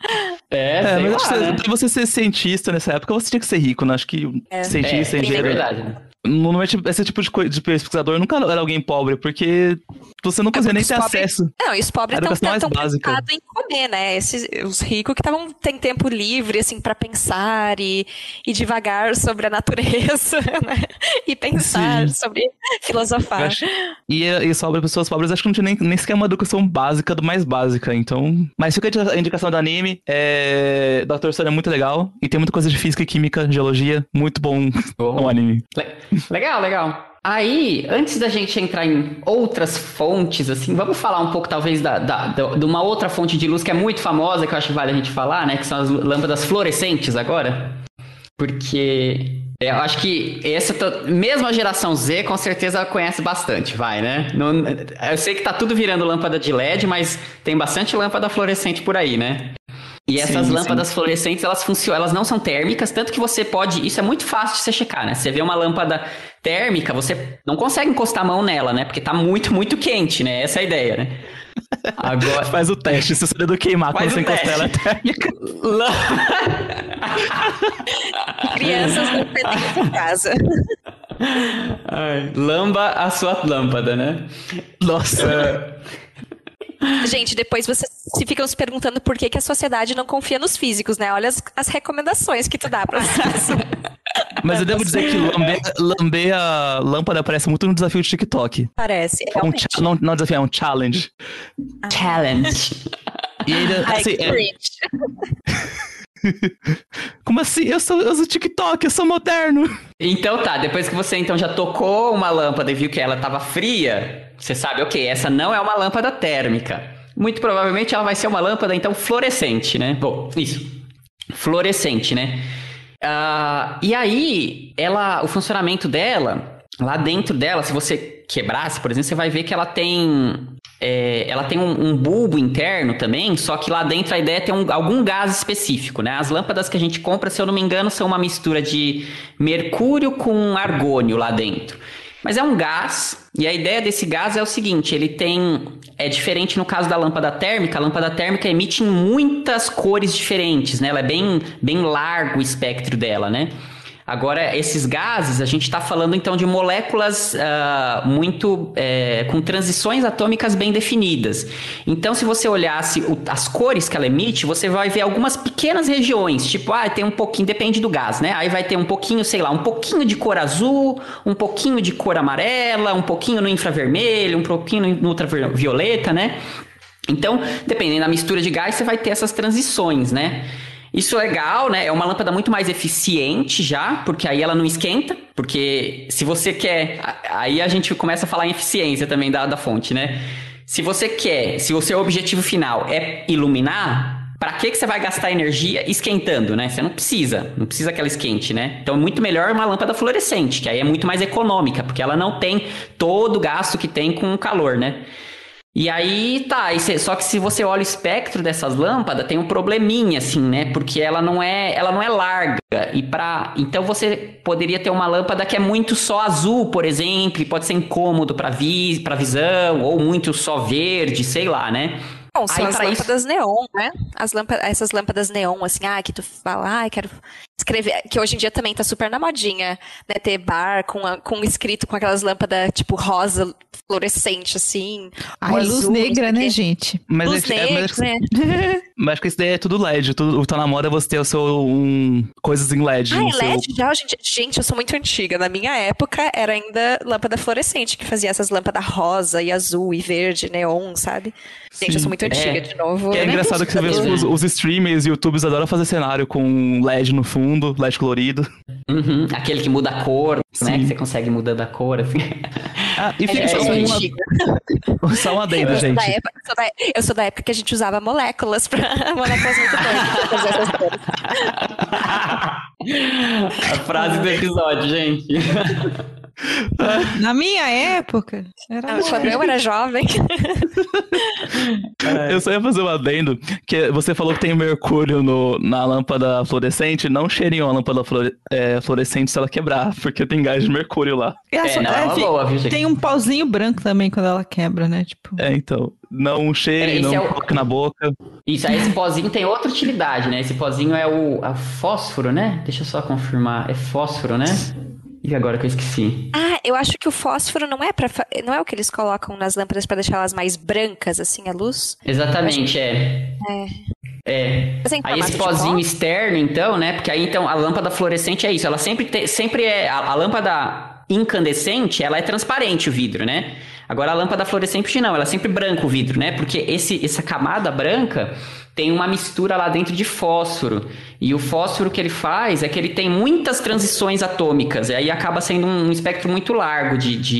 Mas pra você ser cientista nessa época, você tinha que ser rico, né? Acho que cientista, engenheiro... É verdade, né? Normalmente, esse tipo de pesquisador nunca era alguém pobre, porque você não conseguia nem ter acesso. Não, e os pobres estão preocupados em comer, né? Os ricos que têm tempo livre, assim, pra pensar e divagar sobre a natureza, né? E pensar sobre filosofar. E pessoas pobres, acho que não tinha nem sequer uma educação básica do mais básica, então... Mas fica a indicação do anime, Dr. Stone é muito legal, e tem muita coisa de física e química, geologia, muito bom no anime. Legal. Aí, antes da gente entrar em outras fontes, assim, vamos falar um pouco, talvez, de uma outra fonte de luz que é muito famosa, que eu acho que vale a gente falar, né? Que são as lâmpadas fluorescentes agora. Porque eu acho que mesmo a geração Z, com certeza, conhece bastante, né? Eu sei que tá tudo virando lâmpada de LED, mas tem bastante lâmpada fluorescente por aí, né? E essas lâmpadas fluorescentes, elas funcionam, elas não são térmicas, tanto que você pode... Isso é muito fácil de você checar, né? Você vê uma lâmpada térmica, você não consegue encostar a mão nela, né? Porque tá muito, muito quente, né? Essa é a ideia, né? Agora... Faz o teste, se o dedo queimar quando você encostar ela é térmica. Crianças não pedem em casa. Lamba a sua lâmpada, né? Nossa... Gente, depois vocês ficam se perguntando por que a sociedade não confia nos físicos, né? Olha as recomendações que tu dá pra vocês. Mas eu devo dizer que lamber a lâmpada parece muito um desafio de TikTok. Parece, realmente. Não é desafio, é um challenge. Challenge. E ainda, assim, Como assim? Eu uso TikTok, eu sou moderno. Então tá, depois que você então já tocou uma lâmpada e viu que ela tava fria, você sabe, ok, essa não é uma lâmpada térmica. Muito provavelmente ela vai ser uma lâmpada então fluorescente, né? Bom, isso. Fluorescente, né? E aí, o funcionamento dela, lá dentro dela, se você quebrasse, por exemplo, você vai ver que ela tem um bulbo interno também, só que lá dentro a ideia é ter algum gás específico, né? As lâmpadas que a gente compra, se eu não me engano, são uma mistura de mercúrio com argônio lá dentro. Mas é um gás, e a ideia desse gás é o seguinte, é diferente no caso da lâmpada térmica, a lâmpada térmica emite em muitas cores diferentes, né? Ela é bem, bem largo o espectro dela, né? Agora, esses gases, a gente está falando então de moléculas com transições atômicas bem definidas. Então, se você olhasse as cores que ela emite, você vai ver algumas pequenas regiões, tipo, tem um pouquinho, depende do gás, né? Aí vai ter um pouquinho, sei lá, um pouquinho de cor azul, um pouquinho de cor amarela, um pouquinho no infravermelho, um pouquinho no ultravioleta, né? Então, dependendo da mistura de gás, você vai ter essas transições, né? Isso é legal, né? É uma lâmpada muito mais eficiente já, porque aí ela não esquenta. Porque se você quer... Aí a gente começa a falar em eficiência também da fonte, né? Se o seu objetivo final é iluminar, para que você vai gastar energia esquentando, né? Você não precisa que ela esquente, né? Então é muito melhor uma lâmpada fluorescente, que aí é muito mais econômica, porque ela não tem todo o gasto que tem com o calor, né? E aí, tá, só que se você olha o espectro dessas lâmpadas, tem um probleminha, assim, né? Porque ela não é larga. Então você poderia ter uma lâmpada que é muito só azul, por exemplo, e pode ser incômodo pra visão, ou muito só verde, sei lá, né? Bom, são as lâmpadas neon, né? Essas lâmpadas neon, assim, que tu fala, quero escrever, que hoje em dia também tá super na modinha, né? Ter bar com escrito com aquelas lâmpadas, tipo, rosa, fluorescente, assim. Luz azul, negra, né, gente? Mas luz negra, né? Mas acho que isso daí é tudo LED. O que tá na moda é você ter o seu coisas em LED. É LED já hoje em dia. Gente, eu sou muito antiga. Na minha época, era ainda lâmpada fluorescente, que fazia essas lâmpadas rosa e azul e verde, neon, sabe? Gente, eu sou muito antiga, de novo. É engraçado que você vê os streamers e youtubers adoram fazer cenário com LED no fundo, LED colorido. Uhum, aquele que muda a cor, né? Que você consegue mudando a cor, assim. E fica só um adendo, gente. Eu sou da época que a gente usava moléculas moléculas muito doidas pra fazer essas cores. A frase do episódio, gente. Na minha época, quando eu era jovem. Eu só ia fazer um adendo, que você falou que tem mercúrio na lâmpada fluorescente, não cheirem a lâmpada fluorescente se ela quebrar, porque tem gás de mercúrio lá. Uma boa, viu, gente? Tem um pauzinho branco também quando ela quebra, né? Tipo... Então, não cheire, não coloque na boca. Isso, aí esse pozinho tem outra utilidade, né? Esse pozinho é o fósforo, né? Deixa eu só confirmar, é fósforo, né? E agora que eu esqueci. Eu acho que o fósforo não é o que eles colocam nas lâmpadas pra deixar elas mais brancas, assim, a luz? Exatamente, Aí esse pozinho externo, então, né? Porque aí, então, a lâmpada fluorescente é isso. Ela sempre é... A lâmpada incandescente, ela é transparente, o vidro, né? Agora, a lâmpada fluorescente não. Ela é sempre branca, o vidro, né? Porque essa camada branca tem uma mistura lá dentro de fósforo. E o fósforo que ele faz é que ele tem muitas transições atômicas. E aí acaba sendo um espectro muito largo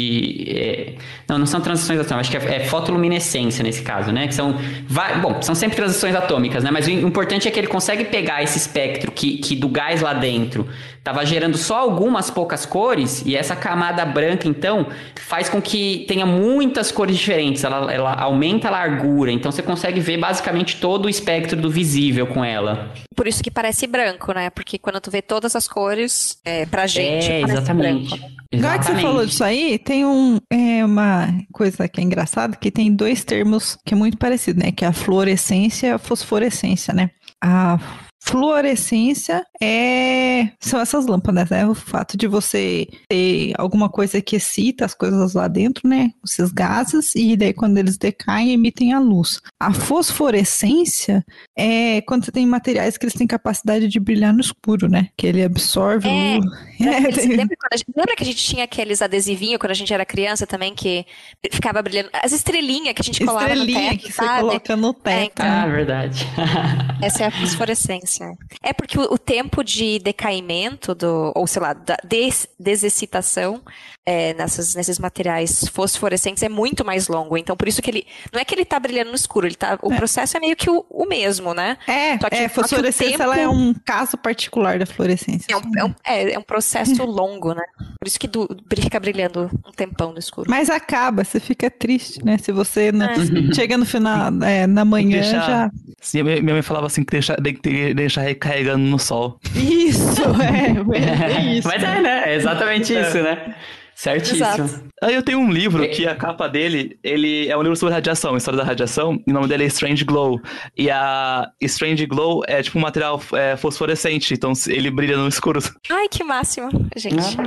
não são transições atômicas, acho que é fotoluminescência nesse caso, né? Que são sempre transições atômicas, né? Mas o importante é que ele consegue pegar esse espectro que do gás lá dentro estava gerando só algumas poucas cores, e essa camada branca, então, faz com que tenha muitas cores diferentes. Ela aumenta a largura, então você consegue ver basicamente todo o espectro do visível com ela. Por isso que parece branco, né? Porque quando tu vê todas as cores, pra gente parece exatamente. branco. Agora que você falou disso aí, tem uma coisa que é engraçada, que tem dois termos que é muito parecido, né? Que é a fluorescência e a fosforescência, né? A fluorescência são essas lâmpadas, né? O fato de você ter alguma coisa que excita as coisas lá dentro, né? Esses gases, e daí quando eles decaem, emitem a luz. A fosforescência é quando você tem materiais que eles têm capacidade de brilhar no escuro, né? Que ele absorve luz. Lembra que a gente tinha aqueles adesivinhos quando a gente era criança também, que ficava brilhando? As estrelinhas que a gente colava no teto, que sabe? você coloca no teto. Verdade. Essa é a fosforescência. É porque o tempo de decaimento ou sei lá, da desexcitação nesses materiais fosforescentes é muito mais longo. Então, por isso que não é que ele tá brilhando no escuro, o processo é meio que o mesmo, né? A fosforescência ela é um caso particular da fluorescência. É um processo longo, né? Por isso que fica brilhando um tempão no escuro. Mas acaba, você fica triste, né? Se você chega no final, na manhã já... Sim, minha mãe falava assim, que tem que deixar recarregando no sol. Isso, isso. Mas né? É exatamente isso, né? Certíssimo. Exato. Aí eu tenho um livro que a capa dele, ele é um livro sobre radiação, história da radiação, e o nome dele é Strange Glow. E a Strange Glow é tipo um material fosforescente, então ele brilha no escuro. Ai, que máximo, gente.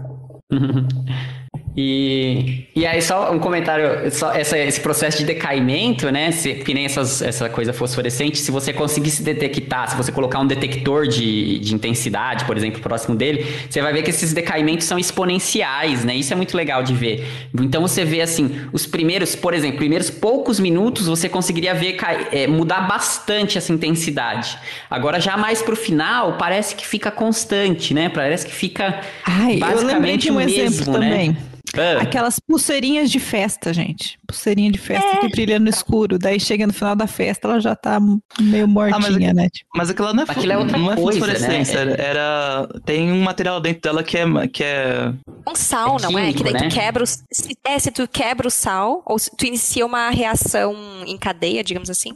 E aí só um comentário, esse processo de decaimento, né, que nem essa coisa fosforescente, se você conseguisse detectar, se você colocar um detector de intensidade, por exemplo, próximo dele, você vai ver que esses decaimentos são exponenciais, né, isso é muito legal de ver. Então você vê assim, os primeiros poucos minutos você conseguiria ver mudar bastante essa intensidade. Agora já mais pro final, parece que fica constante, né, parece que fica basicamente eu lembrei de um o mesmo, exemplo né? também. Aquelas pulseirinhas de festa, gente. pulseirinha de festa que brilha no escuro. Daí chega no final da festa, ela já tá meio mortinha, né? Tipo. Mas aquilo não é, Aquilo é outra não é coisa, fluorescência. né? Tem um material dentro dela que é... Um sal, não é? químico, Que daí né? tu quebra se tu quebra o sal, ou se tu inicia uma reação em cadeia, digamos assim.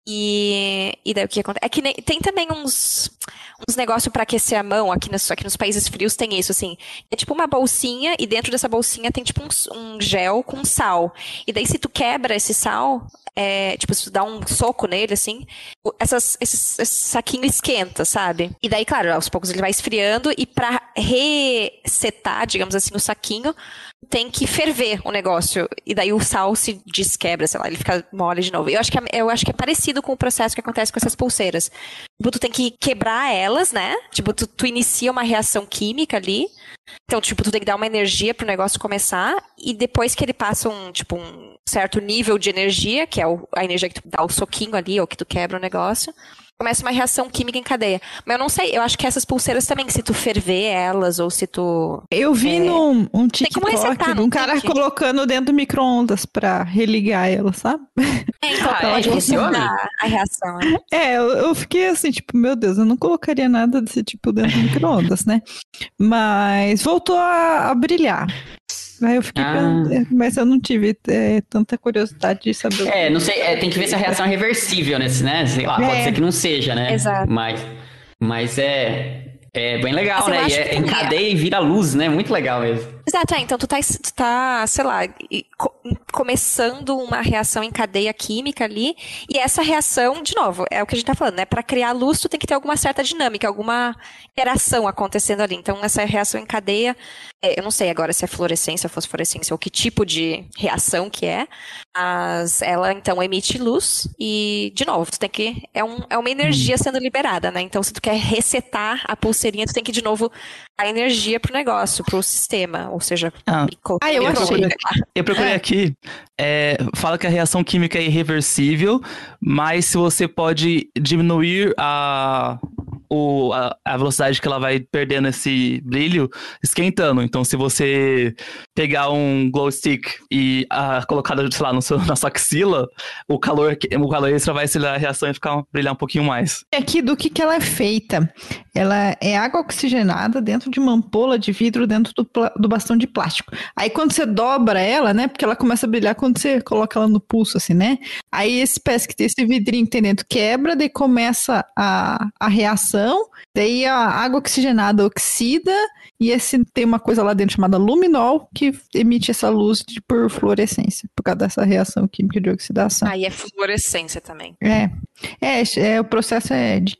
E daí o que acontece? É que tem também uns negócios pra aquecer a mão, aqui nos países frios tem isso, assim. É tipo uma bolsinha, e dentro dessa bolsinha tem tipo um gel com sal. E daí se tu quebra esse sal, tipo, se tu dá um soco nele, assim, esse saquinho esquenta, sabe? E daí, claro, aos poucos ele vai esfriando, e pra resetar, digamos assim, o saquinho, tem que ferver o negócio. E daí o sal se desquebra, sei lá, ele fica mole de novo. Eu acho que é parecido com o processo que acontece com essas pulseiras. Tipo, tu tem que quebrar elas, né? Tipo, tu inicia uma reação química ali. Então, tipo, tu tem que dar uma energia pro negócio começar. E depois que ele passa um certo nível de energia, que é a energia que tu dá o soquinho ali, ou que tu quebra o negócio, começa uma reação química em cadeia. Mas eu não sei, eu acho que essas pulseiras também, se tu ferver elas, ou se tu... Eu vi num TikTok resetar, de um cara colocando dentro do micro-ondas pra religar ela, sabe? Então, pode resetar a reação, né? Eu fiquei assim, tipo, meu Deus, eu não colocaria nada desse tipo dentro do micro-ondas, né? Mas voltou a brilhar. Aí eu fiquei pensando, mas eu não tive tanta curiosidade de saber. Não sei, tem que ver se a reação é reversível nesse, né? Sei lá, pode ser que não seja, né? Exato. Mas é bem legal, Mas eu né? acho E que encadeia e vira luz, né? Muito legal mesmo. Exato, então tu tá, sei lá, começando uma reação em cadeia química ali, e essa reação, de novo, é o que a gente tá falando, né? Pra criar luz, tu tem que ter alguma certa dinâmica, alguma interação acontecendo ali. Então, essa reação em cadeia, eu não sei agora se é fluorescência, fosforescência, ou que tipo de reação que é, mas ela, então, emite luz, e, de novo, tu tem que... É uma energia sendo liberada, né? Então, se tu quer resetar a pulseirinha, tu tem que, de novo, dar energia pro negócio, pro sistema, ou seja, eu procurei aqui, fala que a reação química é irreversível, mas se você pode diminuir a velocidade que ela vai perdendo esse brilho, esquentando. Então, se você pegar um glow stick e colocar, sei lá, na sua axila, o calor extra vai acelerar a reação e brilhar um pouquinho mais. Aqui, do que ela é feita? Ela é água oxigenada dentro de uma ampola de vidro dentro do bastão de plástico. Aí, quando você dobra ela, né, porque ela começa a brilhar quando você coloca ela no pulso, assim, né? Aí, esse vidrinho que tem dentro quebra, daí começa a reação, daí a água oxigenada oxida, e tem uma coisa lá dentro chamada luminol, que emite essa luz por fluorescência, por causa dessa reação química de oxidação. Aí é fluorescência também. O processo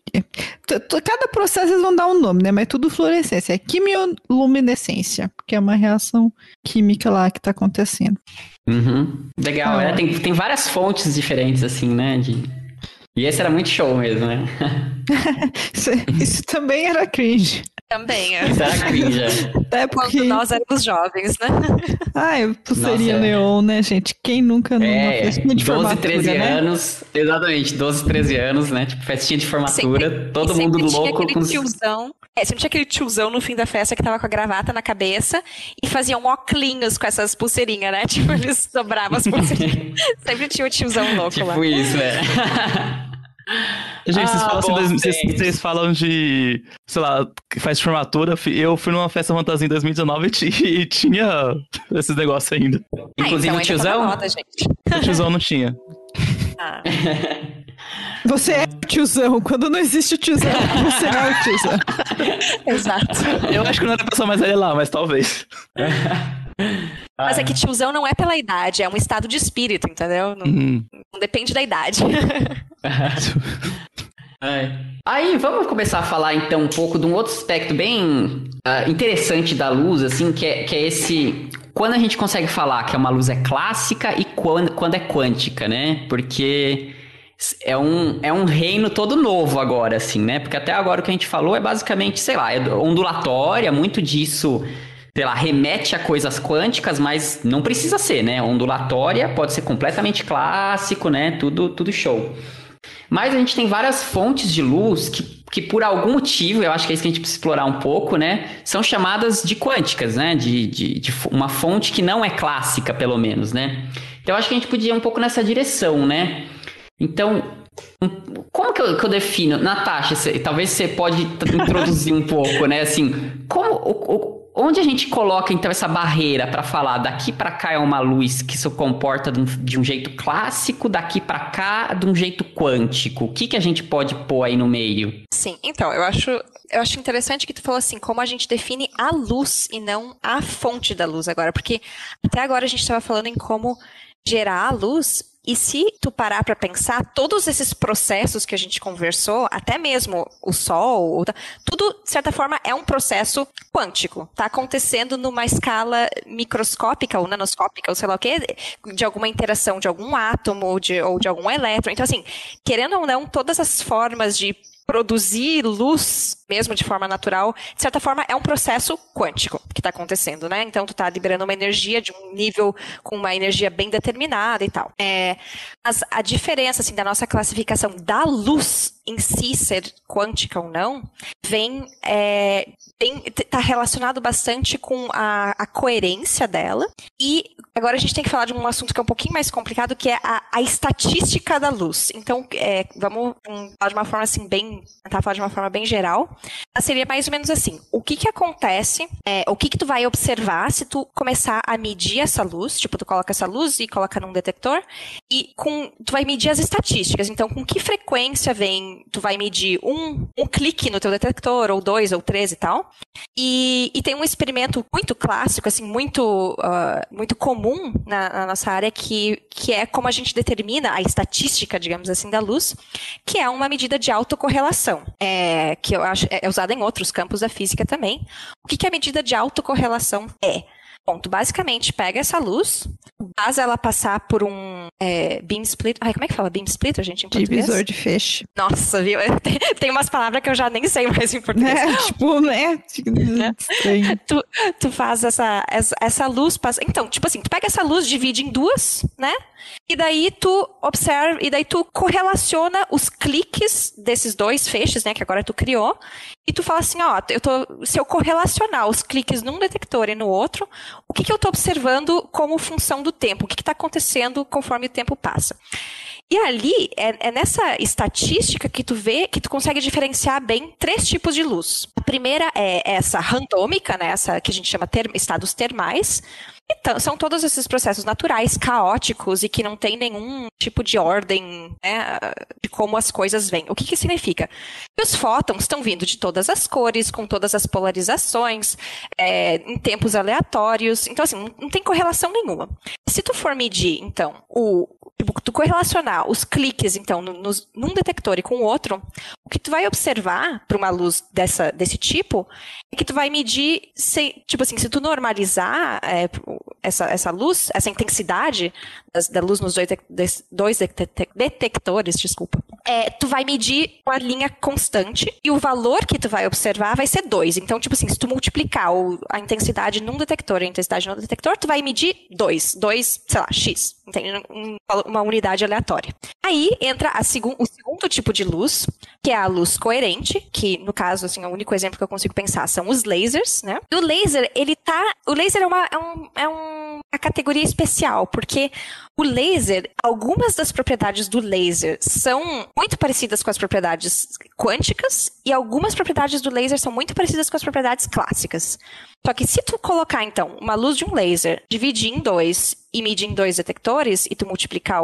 cada processo eles vão dar um nome, né? Mas tudo fluorescência. É quimioluminescência, que é uma reação química lá que tá acontecendo. Uhum. Legal, tem várias fontes diferentes, assim, né? E esse era muito show mesmo, né? Isso também era cringe. Também, Isso era cringe, Quando nós éramos jovens, né? Pulseirinha neon, né, gente? Quem nunca numa festinha de 12, formatura, 13 né? anos, exatamente, 12, 13 anos, né? Tipo, festinha de formatura, todo mundo louco com... Tiozão, sempre tinha aquele tiozão no fim da festa que tava com a gravata na cabeça e fazia um óculos com essas pulseirinhas, né? Tipo, eles dobravam as pulseirinhas. Sempre tinha o tiozão louco lá. Tipo isso, né? Gente, vocês falam de, sei lá, que faz formatura. Eu fui numa festa fantasia em 2019 e tinha esses negócios ainda. Inclusive então o tiozão? Moda, gente. O tiozão não tinha. Você é o tiozão. Quando não existe o tiozão, você é o tiozão. Exato. Eu acho que não era a pessoa mais velha lá, mas talvez. Mas é que tiozão não é pela idade, é um estado de espírito, entendeu? Não depende da idade. Aí, vamos começar a falar então um pouco de um outro aspecto bem interessante da luz, assim, que é esse... Quando a gente consegue falar que uma luz é clássica e quando é quântica, né? Porque é um reino todo novo agora, assim, né? Porque até agora o que a gente falou é basicamente, sei lá, é ondulatória, muito disso... sei lá, remete a coisas quânticas, mas não precisa ser, né? Ondulatória pode ser completamente clássico, né? Tudo show. Mas a gente tem várias fontes de luz que por algum motivo, eu acho que é isso que a gente precisa explorar um pouco, né? São chamadas de quânticas, né? De uma fonte que não é clássica, pelo menos, né? Então, eu acho que a gente podia ir um pouco nessa direção, né? Então, como que eu defino? Natasha, talvez você pode introduzir um pouco, né? Assim, onde a gente coloca, então, essa barreira para falar daqui para cá é uma luz que se comporta de um jeito clássico, daqui para cá de um jeito quântico? O que a gente pode pôr aí no meio? Sim, então, eu acho interessante que tu falou assim, como a gente define a luz e não a fonte da luz agora, porque até agora a gente estava falando em como gerar a luz. E se tu parar para pensar, todos esses processos que a gente conversou, até mesmo o Sol, tudo, de certa forma, é um processo quântico. Está acontecendo numa escala microscópica ou nanoscópica, ou sei lá o quê, de alguma interação de algum átomo ou de algum elétron. Então, assim, querendo ou não, todas as formas de produzir luz, mesmo de forma natural, de certa forma, é um processo quântico que está acontecendo, né? Então, tu está liberando uma energia de um nível com uma energia bem determinada e tal. Mas a diferença, assim, da nossa classificação da luz em si ser quântica ou não, está relacionado bastante com a coerência dela. E agora a gente tem que falar de um assunto que é um pouquinho mais complicado, que é a estatística da luz. Então, vamos falar de uma forma assim tentar falar de uma forma bem geral. Mas seria mais ou menos assim, o que acontece, o que tu vai observar se tu começar a medir essa luz, tipo, tu coloca essa luz e coloca num detector, e tu vai medir as estatísticas. Então, com que frequência tu vai medir um clique no teu detector, ou 2, ou 3 e tal. E tem um experimento muito clássico, assim, muito comum na nossa área, que é como a gente determina a estatística, digamos assim, da luz, que é uma medida de autocorrelação, que eu acho é usada em outros campos da física também. O que a medida de autocorrelação é? Bom, tu basicamente pega essa luz, faz ela passar por um beam splitter. Ai, como é que fala beam splitter, gente, em português? Divisor de feixe. Nossa, viu? Tem umas palavras que eu já nem sei mais em português. Tipo, né? Tu faz essa luz passa. Então, tipo assim, tu pega essa luz, divide em duas, né? E daí tu observa, e daí tu correlaciona os cliques desses dois feixes, né, que agora tu criou, e tu fala assim, se eu correlacionar os cliques num detector e no outro, o que eu tô observando como função do tempo? O que tá acontecendo conforme o tempo passa? E ali, é nessa estatística que tu vê, que tu consegue diferenciar bem 3 tipos de luz. A primeira é essa randômica, né, essa que a gente chama estados termais. Então, são todos esses processos naturais, caóticos e que não tem nenhum tipo de ordem, né, de como as coisas vêm. O que significa? Que os fótons estão vindo de todas as cores, com todas as polarizações, em tempos aleatórios. Então, assim, não tem correlação nenhuma. Se tu for medir, então, tu correlacionar os cliques, então, num detector e com o outro, o que tu vai observar para uma luz desse tipo é que tu vai medir, se tu normalizar essa luz, essa intensidade da luz nos dois detectores, tu vai medir uma linha constante e o valor que tu vai observar vai ser 2. Então, tipo assim, se tu multiplicar a intensidade num detector e a intensidade no detector, tu vai medir 2, sei lá, X, entende? Uma unidade aleatória. Aí entra o segundo tipo de luz, que é a luz coerente, que no caso, assim, o único exemplo que eu consigo pensar são os lasers, né? E o laser, o laser é uma categoria especial, porque o laser, algumas das propriedades do laser são muito parecidas com as propriedades quânticas e algumas propriedades do laser são muito parecidas com as propriedades clássicas. Só que se tu colocar, então, uma luz de um laser, dividir em 2 e medir em 2 detectores e tu multiplicar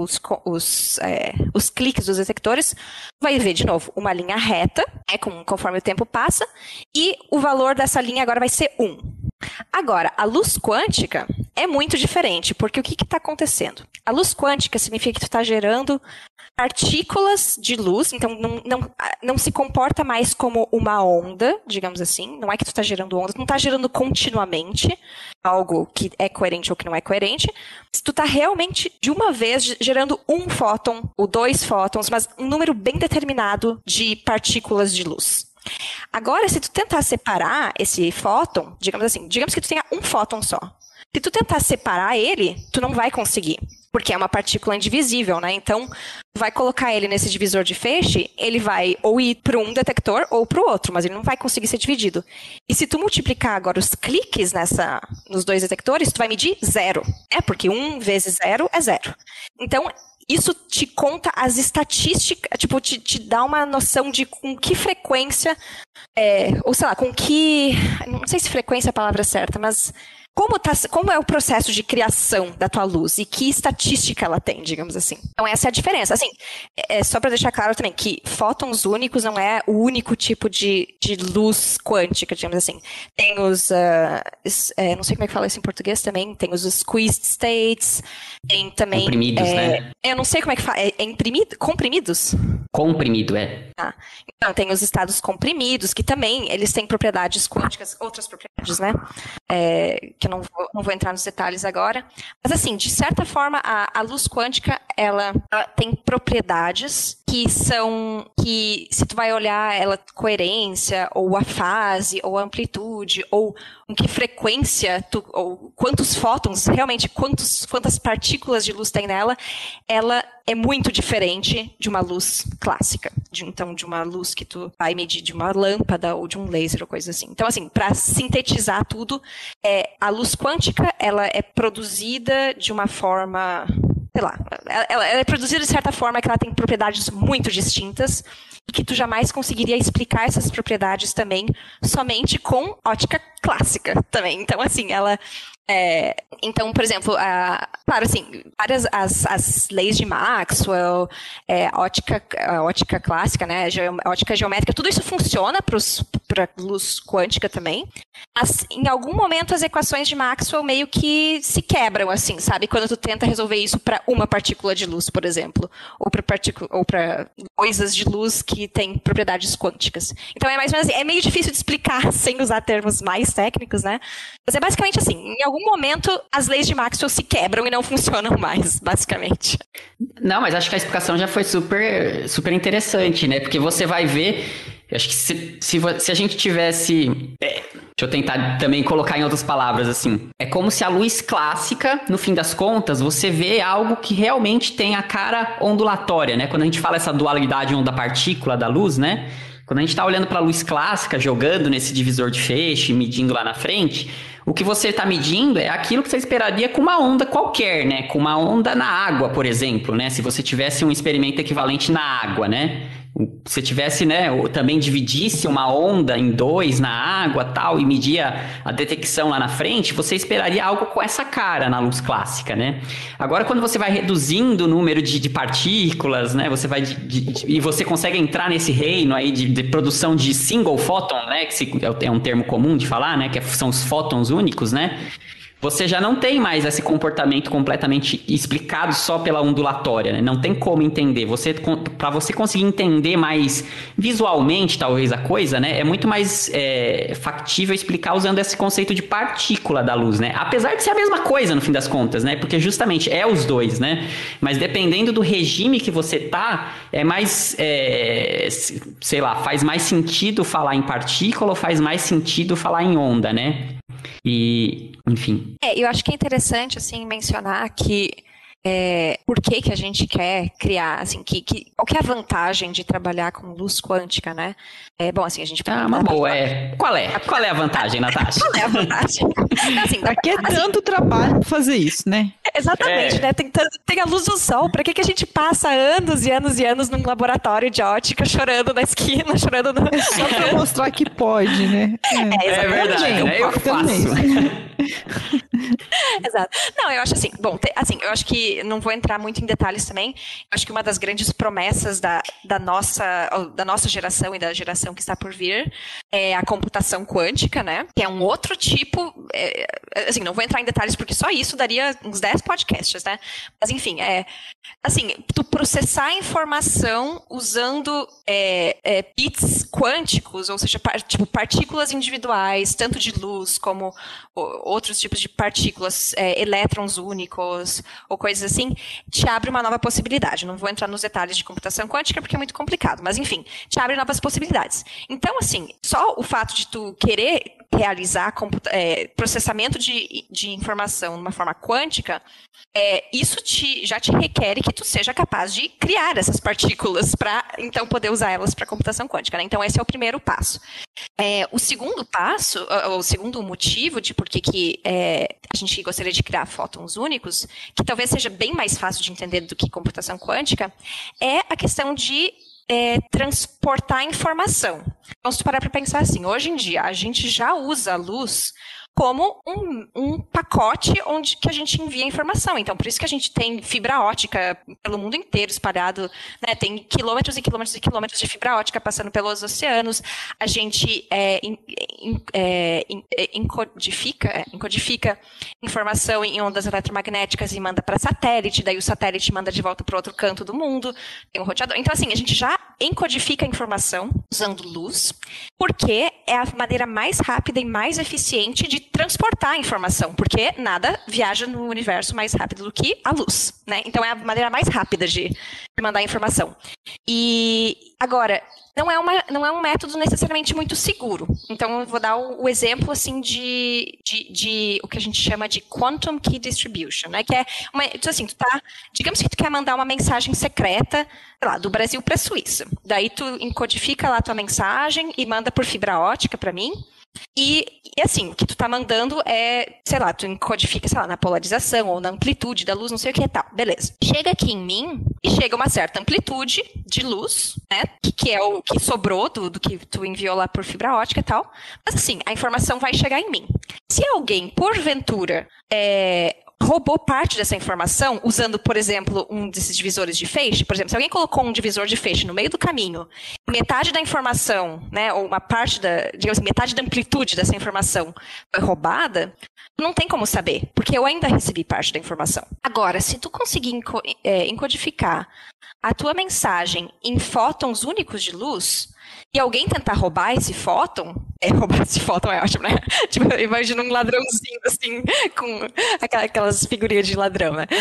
os cliques dos detectores, vai ver, de novo, uma linha reta, conforme o tempo passa, e o valor dessa linha agora vai ser 1. Agora, a luz quântica é muito diferente, porque o que está acontecendo? A luz quântica significa que tu está gerando partículas de luz, então não se comporta mais como uma onda, digamos assim, não é que tu está gerando ondas, não está gerando continuamente algo que é coerente ou que não é coerente, mas tu está realmente, de uma vez, gerando um fóton ou 2 fótons, mas um número bem determinado de partículas de luz. Agora, se tu tentar separar esse fóton, digamos que tu tenha um fóton só. Se tu tentar separar ele, tu não vai conseguir. porque é uma partícula indivisível, né? Então, vai colocar ele nesse divisor de feixe, ele vai ou ir para um detector ou para o outro, mas ele não vai conseguir ser dividido. E se tu multiplicar agora os cliques nos dois detectores, tu vai medir 0. Porque 1 vezes 0 é 0. Então, isso te conta as estatísticas, tipo, te dá uma noção de com que frequência, ou sei lá, com que, não sei se frequência é a palavra certa, mas como é o processo de criação da tua luz e que estatística ela tem, digamos assim. Então essa é a diferença. Assim, só para deixar claro também que fótons únicos não é o único tipo de luz quântica, digamos assim. Tem os, não sei como é que fala isso em português também, tem os squeezed states, tem também... Comprimidos, né? Eu não sei como é que fala, comprimidos? Comprimido, é. Então, tem os estados comprimidos, que também, eles têm propriedades quânticas, outras propriedades, né? Que eu não vou entrar nos detalhes agora. Mas, assim, de certa forma, a luz quântica, ela tem propriedades que se tu vai olhar ela, coerência, ou a fase, ou a amplitude, ou com que frequência, ou quantos fótons, realmente quantas partículas de luz tem nela, ela é muito diferente de uma luz clássica. Então, de uma luz que tu vai medir de uma lâmpada ou de um laser ou coisa assim. Então, assim, para sintetizar tudo, a luz quântica, ela é produzida de uma forma... sei lá, ela é produzida de certa forma que ela tem propriedades muito distintas e que tu jamais conseguiria explicar essas propriedades também somente com ótica clássica também. Então, assim, então, por exemplo, claro, assim, várias as leis de Maxwell, a ótica clássica, né, a ótica geométrica, tudo isso funciona para luz quântica também, mas em algum momento as equações de Maxwell meio que se quebram, assim, sabe? Quando tu tenta resolver isso para uma partícula de luz, por exemplo, ou para coisas de luz que têm propriedades quânticas. Então é mais ou menos assim, é meio difícil de explicar sem usar termos mais técnicos, né? Mas é basicamente assim, em algum momento as leis de Maxwell se quebram e não funcionam mais, basicamente. Não, mas acho que a explicação já foi super, super interessante, né? Porque você vai ver, eu acho que se a gente tivesse... deixa eu tentar também colocar em outras palavras, assim. É como se a luz clássica, no fim das contas, você vê algo que realmente tem a cara ondulatória, né? Quando a gente fala essa dualidade onda-partícula da luz, né? Quando a gente está olhando para a luz clássica, jogando nesse divisor de feixe, medindo lá na frente, o que você está medindo é aquilo que você esperaria com uma onda qualquer, né? Com uma onda na água, por exemplo, né? Se você tivesse um experimento equivalente na água, né? Se tivesse, né, ou também dividisse uma onda em 2 na água tal, e media a detecção lá na frente, você esperaria algo com essa cara na luz clássica, né? Agora, quando você vai reduzindo o número de partículas, né, você vai e você consegue entrar nesse reino aí de produção de single photon, né, que é um termo comum de falar, né, que são os fótons únicos, né? Você já não tem mais esse comportamento completamente explicado só pela ondulatória, né? Não tem como entender. Para você conseguir entender mais visualmente, talvez, a coisa, né? É muito mais factível explicar usando esse conceito de partícula da luz, né? Apesar de ser a mesma coisa, no fim das contas, né? Porque justamente é os dois, né? Mas dependendo do regime que você tá, é mais, sei lá, faz mais sentido falar em partícula ou faz mais sentido falar em onda, né? E, enfim. Eu acho que é interessante, assim, mencionar que por que a gente quer criar, assim, qual que é a vantagem de trabalhar com luz quântica, né? Bom, assim, a gente... uma boa, Qual é a vantagem, Natasha? Qual é a vantagem? Assim, pra que tanto trabalho pra fazer isso, né? Exatamente, né? Tem a luz do sol. Pra que a gente passa anos e anos e anos num laboratório de ótica chorando na esquina, chorando no... Só pra mostrar que pode, né? É verdade, eu faço. Exato. Não, eu acho assim, bom, eu acho que não vou entrar muito em detalhes também. Eu acho que uma das grandes promessas da nossa geração e da geração que está por vir é a computação quântica, né? Que é um outro tipo, assim, não vou entrar em detalhes porque só isso daria uns 10 podcasts, né? Mas enfim, assim, tu processar a informação usando bits quânticos, ou seja, tipo partículas individuais, tanto de luz como outros tipos de partículas, elétrons únicos ou coisas assim, te abre uma nova possibilidade. Não vou entrar nos detalhes de computação quântica porque é muito complicado, mas enfim, te abre novas possibilidades. Então, assim, só o fato de tu querer realizar processamento de informação de uma forma quântica, isso já te requer que tu seja capaz de criar essas partículas para, então, poder usar elas para computação quântica, né? Então, esse é o primeiro passo. O segundo passo, o segundo motivo de por que a gente gostaria de criar fótons únicos, que talvez seja bem mais fácil de entender do que computação quântica, é a questão de transportar informação. Então, se tu parar para pensar assim, hoje em dia a gente já usa a luz como um pacote que a gente envia informação. Então, por isso que a gente tem fibra ótica pelo mundo inteiro espalhado, né? Tem quilômetros e quilômetros e quilômetros de fibra ótica passando pelos oceanos. A gente encodifica informação em ondas eletromagnéticas e manda para satélite, daí o satélite manda de volta para o outro canto do mundo, tem um roteador. Então, assim, a gente já encodifica a informação usando luz, porque é a maneira mais rápida e mais eficiente de transportar a informação, porque nada viaja no universo mais rápido do que a luz, né? Então, é a maneira mais rápida de mandar a informação. E, agora, não é um método necessariamente muito seguro. Então, eu vou dar o exemplo, assim, de o que a gente chama de Quantum Key Distribution, né? Que é digamos que tu quer mandar uma mensagem secreta, sei lá, do Brasil para a Suíça. Daí, tu encodifica lá a tua mensagem e manda por fibra ótica para mim. E assim, o que tu tá mandando sei lá, tu encodifica, sei lá, na polarização ou na amplitude da luz, não sei o que e tal. Beleza. Chega aqui em mim e chega uma certa amplitude de luz, né? Que é o que sobrou do que tu enviou lá por fibra ótica e tal. Mas assim, a informação vai chegar em mim. Se alguém, porventura, roubou parte dessa informação usando, por exemplo, um desses divisores de feixe. Por exemplo, se alguém colocou um divisor de feixe no meio do caminho, metade da informação, né, ou uma parte digamos assim, metade da amplitude dessa informação foi roubada, não tem como saber, porque eu ainda recebi parte da informação. Agora, se tu conseguir encodificar a tua mensagem em fótons únicos de luz, e alguém tentar roubar esse fóton é ótimo, né? Tipo, imagina um ladrãozinho, assim, com aquelas figurinhas de ladrão, né?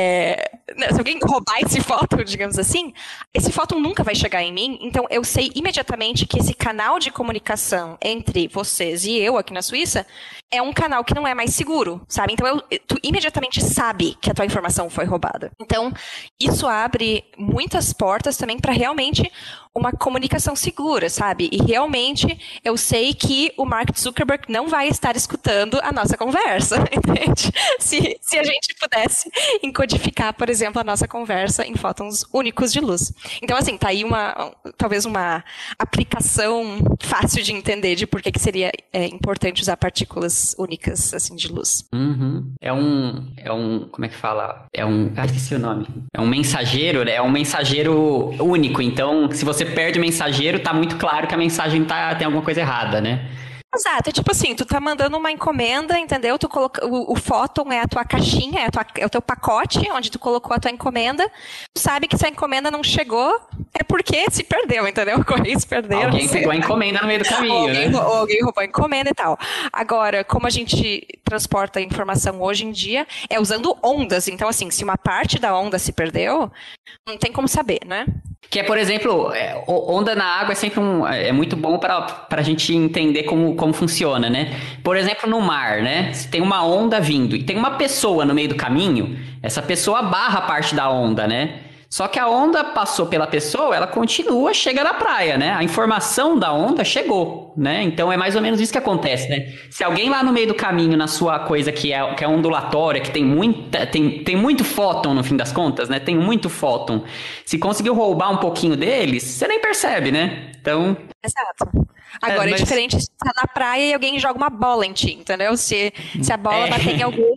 Se alguém roubar esse fóton, digamos assim, esse fóton nunca vai chegar em mim, então eu sei imediatamente que esse canal de comunicação entre vocês e eu aqui na Suíça é um canal que não é mais seguro, sabe? Então, tu imediatamente sabe que a tua informação foi roubada. Então, isso abre muitas portas também para realmente uma comunicação segura, sabe? E realmente eu sei que o Mark Zuckerberg não vai estar escutando a nossa conversa, entende? Se a gente pudesse encodificar, por exemplo, a nossa conversa em fótons únicos de luz. Então, assim, tá aí talvez uma aplicação fácil de entender de por que seria importante usar partículas únicas, assim, de luz. Uhum. Como é que fala? Esqueci o nome. É um mensageiro, né? É um mensageiro único. Então, se você perde o mensageiro, tá muito claro que a mensagem tem alguma coisa errada, né? Exato, é tipo assim, tu tá mandando uma encomenda, entendeu? Tu coloca, o fóton é a tua caixinha, é o teu pacote onde tu colocou a tua encomenda. Tu sabe que se a encomenda não chegou, é porque se perdeu, entendeu? O correio se perdeu. Alguém pegou a encomenda no meio do caminho, né? Alguém roubou a encomenda e tal. Agora, como a gente transporta a informação hoje em dia, é usando ondas. Então, assim, se uma parte da onda se perdeu, não tem como saber, né? Que é, por exemplo, onda na água é sempre é muito bom para a gente entender como funciona, né? Por exemplo, no mar, né? Se tem uma onda vindo e tem uma pessoa no meio do caminho, essa pessoa barra parte da onda, né? Só que a onda passou pela pessoa, ela continua, chega na praia, né? A informação da onda chegou, né? Então é mais ou menos isso que acontece, né? Se alguém lá no meio do caminho, na sua coisa que é ondulatória, que tem muito fóton no fim das contas, né? Tem muito fóton. Se conseguiu roubar um pouquinho deles, você nem percebe, né? Então... Exato. Agora, é diferente se você tá na praia e alguém joga uma bola em ti, entendeu? Se a bola bater em alguém,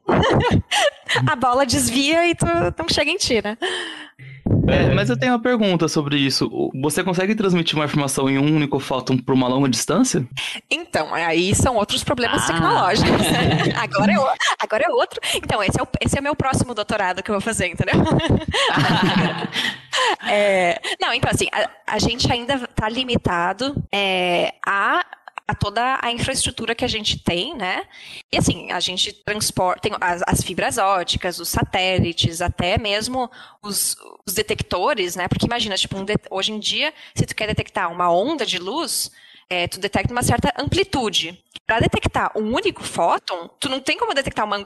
a bola desvia e tu não chega em ti, né? Mas eu tenho uma pergunta sobre isso. Você consegue transmitir uma informação em um único fóton por uma longa distância? Então, aí são outros problemas tecnológicos. Né? Agora é outro. Então, esse é o meu próximo doutorado que eu vou fazer, entendeu? Não, então assim, a gente ainda está limitado a toda a infraestrutura que a gente tem, né? E assim, a gente transporta, tem as fibras óticas, os satélites, até mesmo os detectores, né? Porque imagina, tipo, hoje em dia, se tu quer detectar uma onda de luz, tu detecta uma certa amplitude. Para detectar um único fóton, tu não tem como detectar uma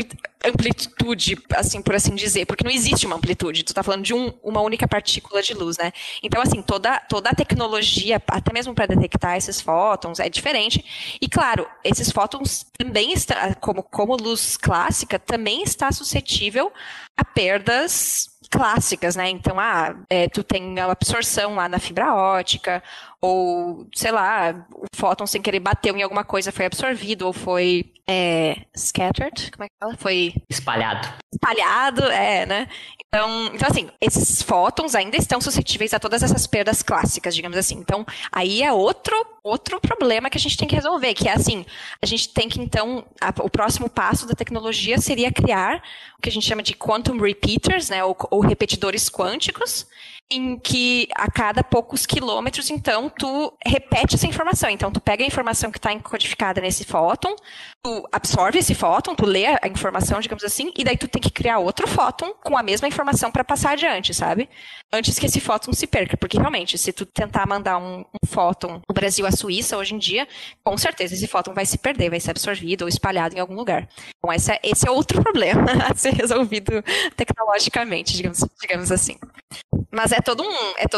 amplitude, assim, por assim dizer, porque não existe uma amplitude. Tu tá falando de uma única partícula de luz, né? Então, assim, toda a tecnologia, até mesmo para detectar esses fótons, é diferente. E, claro, esses fótons também estão, como luz clássica, também está suscetível a perdas clássicas, né? Então, tu tem a absorção lá na fibra ótica, ou, sei lá, o fóton sem querer bateu em alguma coisa, foi absorvido, ou foi scattered, como é que fala? Foi... Espalhado, né? Então, assim, esses fótons ainda estão suscetíveis a todas essas perdas clássicas, digamos assim. Então, aí é outro problema que a gente tem que resolver, que é assim, a gente tem que, então, o próximo passo da tecnologia seria criar o que a gente chama de quantum repeaters, né, ou repetidores quânticos, em que a cada poucos quilômetros, então, tu repete essa informação. Então, tu pega a informação que está encodificada nesse fóton, tu absorve esse fóton, tu lê a informação, digamos assim, e daí tu tem que criar outro fóton com a mesma informação para passar adiante, sabe? Antes que esse fóton se perca, porque realmente, se tu tentar mandar um fóton do Brasil à Suíça, hoje em dia, com certeza esse fóton vai se perder, vai ser absorvido ou espalhado em algum lugar. Então, esse é outro problema a ser resolvido tecnologicamente, digamos assim. Mas é todo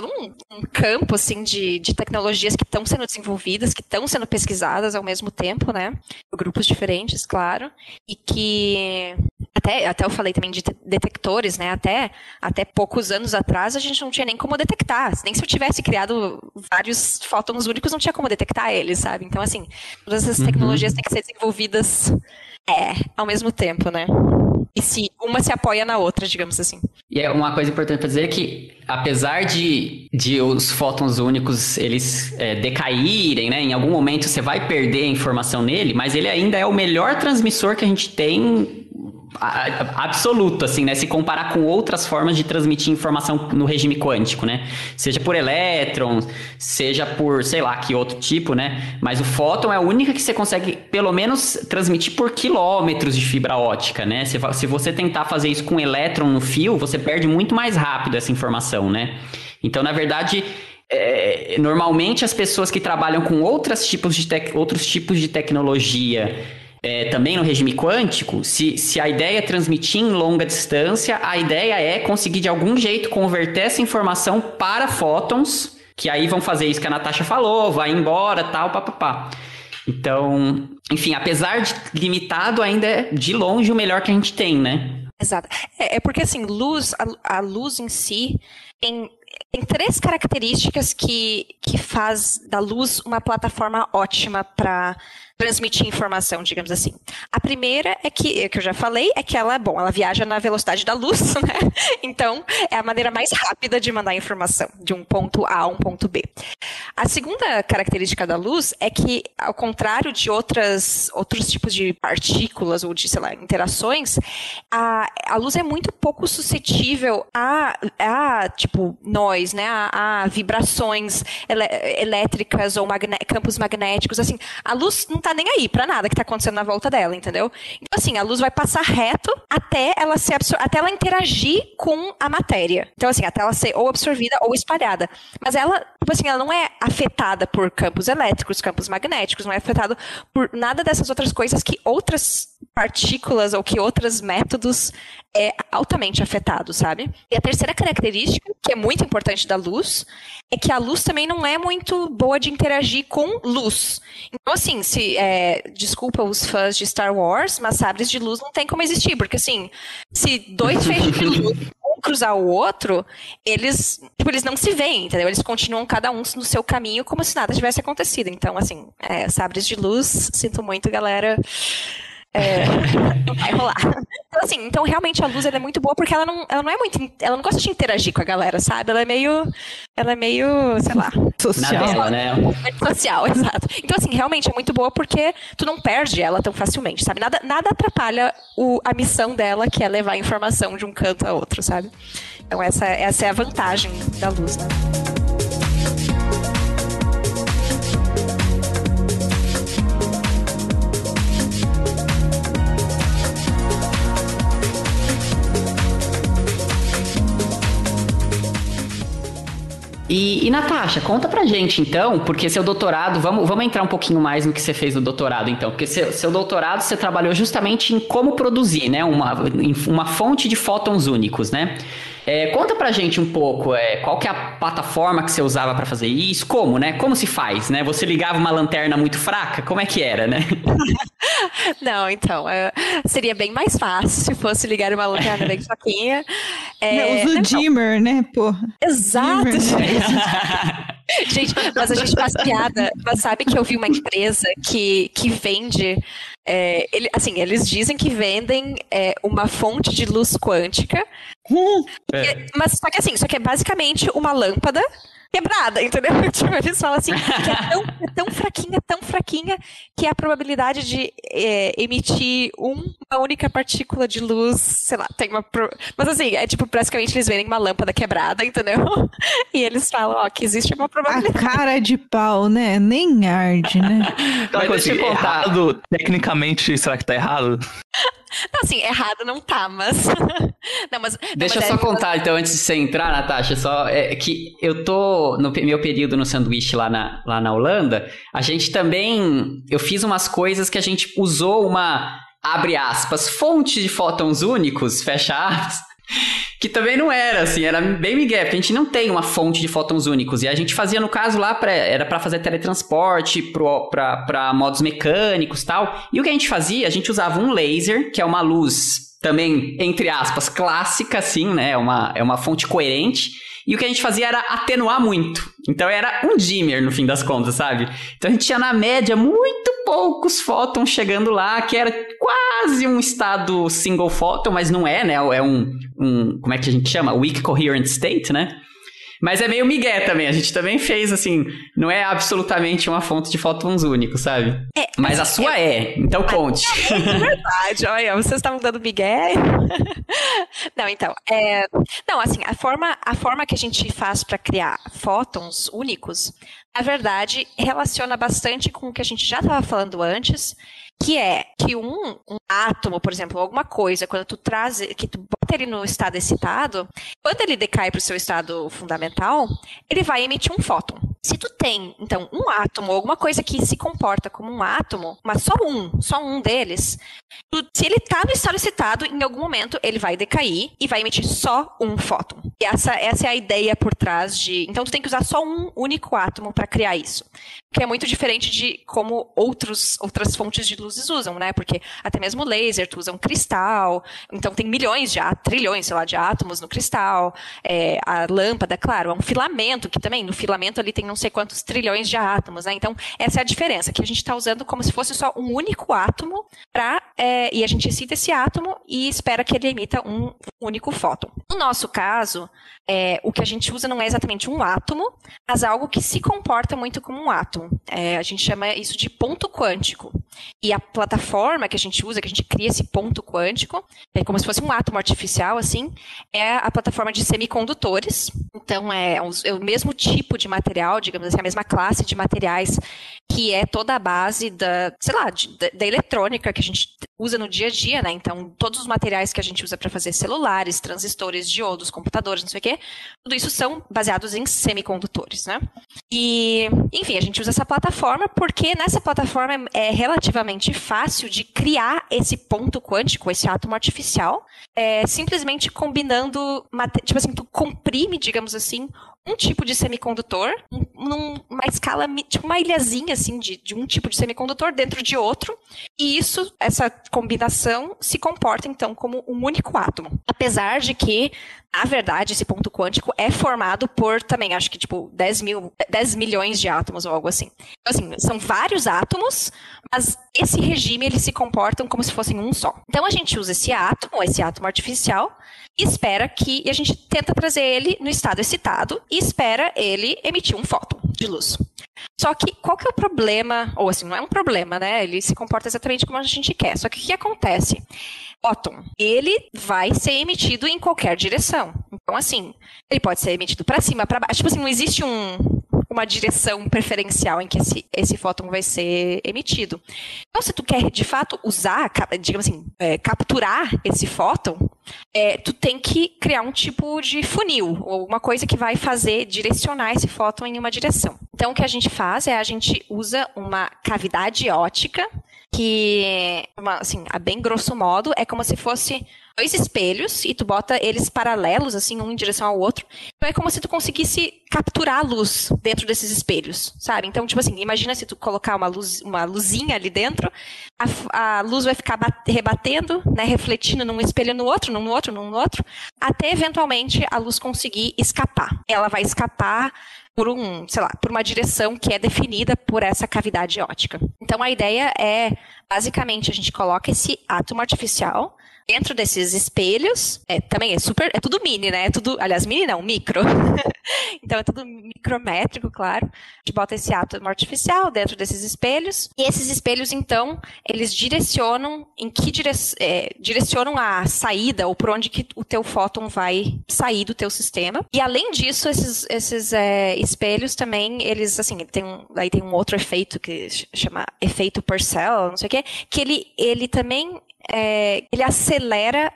um campo, assim, de tecnologias que estão sendo desenvolvidas, que estão sendo pesquisadas ao mesmo tempo, né? Por grupos diferentes, claro. E que... Até eu falei também de detectores, né? Até poucos anos atrás, a gente não tinha nem como detectar. Nem se eu tivesse criado vários fótons únicos, não tinha como detectar eles, sabe? Então, assim, todas essas tecnologias têm que ser desenvolvidas ao mesmo tempo, né? E uma se apoia na outra, digamos assim. E é uma coisa importante para dizer que, apesar de os fótons únicos eles decaírem, né? Em algum momento você vai perder a informação nele, mas ele ainda é o melhor transmissor que a gente tem absoluto, assim, né? Se comparar com outras formas de transmitir informação no regime quântico, né? Seja por elétrons, seja por, sei lá, que outro tipo, né? Mas o fóton é a única que você consegue, pelo menos, transmitir por quilômetros de fibra ótica, né? Se você tentar fazer isso com elétron no fio, você perde muito mais rápido essa informação, né? Então, na verdade... normalmente as pessoas que trabalham com outros tipos de tecnologia também no regime quântico, se a ideia é transmitir em longa distância, a ideia é conseguir de algum jeito converter essa informação para fótons, que aí vão fazer isso que a Natasha falou, vai embora, tal, papapá. Então, enfim, apesar de limitado, ainda é de longe o melhor que a gente tem, né? Exato. É porque, assim, a luz em si tem 3 características que faz da luz uma plataforma ótima para transmitir informação, digamos assim. A primeira que eu já falei, é que ela viaja na velocidade da luz, né? Então, é a maneira mais rápida de mandar informação, de um ponto A a um ponto B. A segunda característica da luz é que, ao contrário de outros tipos de partículas ou de, sei lá, interações, a luz é muito pouco suscetível a tipo, nós, né? A vibrações elétricas ou campos magnéticos, assim. A luz não tá nem aí pra nada que tá acontecendo na volta dela, entendeu? Então, assim, a luz vai passar reto até ela interagir com a matéria. Então, assim, até ela ser ou absorvida ou espalhada. Mas ela, tipo assim, ela não é afetada por campos elétricos, campos magnéticos, não é afetada por nada dessas outras coisas que outras partículas ou que outros métodos é altamente afetado, sabe? E a terceira característica, que é muito importante da luz, é que a luz também não é muito boa de interagir com luz. Então, assim, desculpa os fãs de Star Wars, mas sabres de luz não tem como existir, porque, assim, se 2 feixes de luz cruzar o outro, eles não se veem, entendeu? Eles continuam cada um no seu caminho como se nada tivesse acontecido. Então, assim, sabres de luz, sinto muito, galera. Não vai rolar. Então, assim, realmente a luz ela é muito boa porque ela não gosta de interagir com a galera, sabe? Ela é meio, sei lá, social. Na dela, né? Social, exato. Então, assim, realmente é muito boa porque tu não perde ela tão facilmente, sabe? Nada atrapalha a missão dela, que é levar a informação de um canto a outro, sabe? Então, essa é a vantagem da luz, né? E Natasha, conta pra gente então, porque seu doutorado, vamos entrar um pouquinho mais no que você fez no doutorado então, porque seu doutorado você trabalhou justamente em como produzir, né, uma fonte de fótons únicos, né? Conta pra gente um pouco, qual que é a plataforma que você usava pra fazer isso, como, né? Como se faz, né? Você ligava uma lanterna muito fraca? Como é que era, né? Não, então, seria bem mais fácil se fosse ligar uma lanterna bem fraquinha. Usa o dimmer, né, pô? Exato! Gente, mas a gente faz piada, mas sabe que eu vi uma empresa que vende... eles dizem que vendem uma fonte de luz quântica, mas só que é basicamente uma lâmpada quebrada, entendeu? Tipo, eles falam assim, que é tão fraquinha, que a probabilidade de emitir uma única partícula de luz, sei lá, tem uma... Mas assim, basicamente eles vendem uma lâmpada quebrada, entendeu? E eles falam, que existe uma probabilidade. A cara de pau, né? Nem arde, né? Mas deixa eu contar. Errado, tecnicamente, será que tá errado? Não, assim, errado não tá, mas... Deixa eu só contar, então, antes de você entrar, Natasha, que eu tô no meu período no sanduíche lá na Holanda, a gente também... Eu fiz umas coisas que a gente usou abre aspas, fonte de fótons únicos, fecha aspas, que também não era, assim, era bem migué, porque a gente não tem uma fonte de fótons únicos, e a gente fazia, no caso lá, era para fazer teletransporte, para modos mecânicos e tal, e o que a gente fazia, a gente usava um laser, que é uma luz também, entre aspas, clássica, assim, né, é uma fonte coerente, e o que a gente fazia era atenuar muito, então era um dimmer no fim das contas, sabe? Então a gente tinha na média muito poucos fótons chegando lá, que era quase um estado single photon, mas não é, né? É como é que a gente chama? Weak coherent state, né? Mas é meio migué também, a gente também fez, assim, não é absolutamente uma fonte de fótons únicos, sabe? Mas a sua então conte. É verdade, olha, vocês estavam dando migué. Não, então, não, assim, a forma que a gente faz para criar fótons únicos, na verdade, relaciona bastante com o que a gente já estava falando antes, que é que um átomo, por exemplo, alguma coisa, quando que tu bota ele no estado excitado, quando ele decai para o seu estado fundamental, ele vai emitir um fóton. Se tu tem, então, um átomo, alguma coisa que se comporta como um átomo, mas só um deles, se ele está no estado excitado, em algum momento ele vai decair e vai emitir só um fóton. E essa é a ideia por trás de... Então, tu tem que usar só um único átomo para criar isso. Que é muito diferente de como outras fontes de luzes usam, né? Porque até mesmo o laser, tu usa um cristal, então tem trilhões, sei lá, de átomos no cristal. A lâmpada, claro, é um filamento, que também, no filamento ali tem não sei quantos trilhões de átomos, né? Então, essa é a diferença, que a gente está usando como se fosse só um único átomo e a gente excita esse átomo e espera que ele emita um único fóton. No nosso caso, o que a gente usa não é exatamente um átomo, mas algo que se comporta muito como um átomo. A gente chama isso de ponto quântico. E a plataforma que a gente usa, que a gente cria esse ponto quântico, é como se fosse um átomo artificial, assim, é a plataforma de semicondutores. Então, é o mesmo tipo de material, digamos assim, a mesma classe de materiais, que é toda a base da eletrônica que a gente usa no dia a dia, né? Então, todos os materiais que a gente usa para fazer celulares, transistores, diodos, computadores, não sei o quê, tudo isso são baseados em semicondutores, né? E, enfim, a gente usa essa plataforma porque nessa plataforma é relativamente fácil de criar esse ponto quântico, esse átomo artificial, simplesmente combinando, tipo assim, tu comprime, digamos assim, um tipo de semicondutor numa escala, tipo uma ilhazinha assim de um tipo de semicondutor dentro de outro, e essa combinação se comporta então como um único átomo. Apesar de que, na verdade, esse ponto quântico é formado por também, acho que tipo 10 milhões de átomos ou algo assim. Então, assim, são vários átomos, mas esse regime eles se comportam como se fossem um só. Então a gente usa esse átomo artificial, e a gente tenta trazer ele no estado excitado e espera ele emitir um fóton de luz. Só que qual que é o problema? Ou assim, não é um problema, né? Ele se comporta exatamente como a gente quer. Só que o que acontece? Fóton, ele vai ser emitido em qualquer direção. Então, assim, ele pode ser emitido para cima, para baixo. Tipo assim, não existe uma direção preferencial em que esse fóton vai ser emitido. Então, se tu quer, de fato, usar, digamos assim, capturar esse fóton, tu tem que criar um tipo de funil, ou uma coisa que vai direcionar esse fóton em uma direção. Então, o que a gente faz a gente usa uma cavidade óptica, que, assim, a bem grosso modo, é como se fosse 2 espelhos e tu bota eles paralelos, assim, um em direção ao outro. Então é como se tu conseguisse capturar a luz dentro desses espelhos, sabe? Então, tipo assim, imagina se tu colocar uma luzinha ali dentro, a luz vai ficar rebatendo, né, refletindo num espelho no outro, num outro, até eventualmente a luz conseguir escapar. Ela vai escapar por uma direção que é definida por essa cavidade óptica. Então, a ideia basicamente, a gente coloca esse átomo artificial dentro desses espelhos. Também é tudo mini, né? Aliás, mini não, micro. Então, é tudo micrométrico, claro. A gente bota esse átomo artificial dentro desses espelhos. E esses espelhos, então, eles direcionam direcionam a saída, ou por onde que o teu fóton vai sair do teu sistema. E, além disso, esses espelhos também, eles, assim, aí tem um outro efeito que chama efeito Purcell, não sei o quê, que ele também ele acelera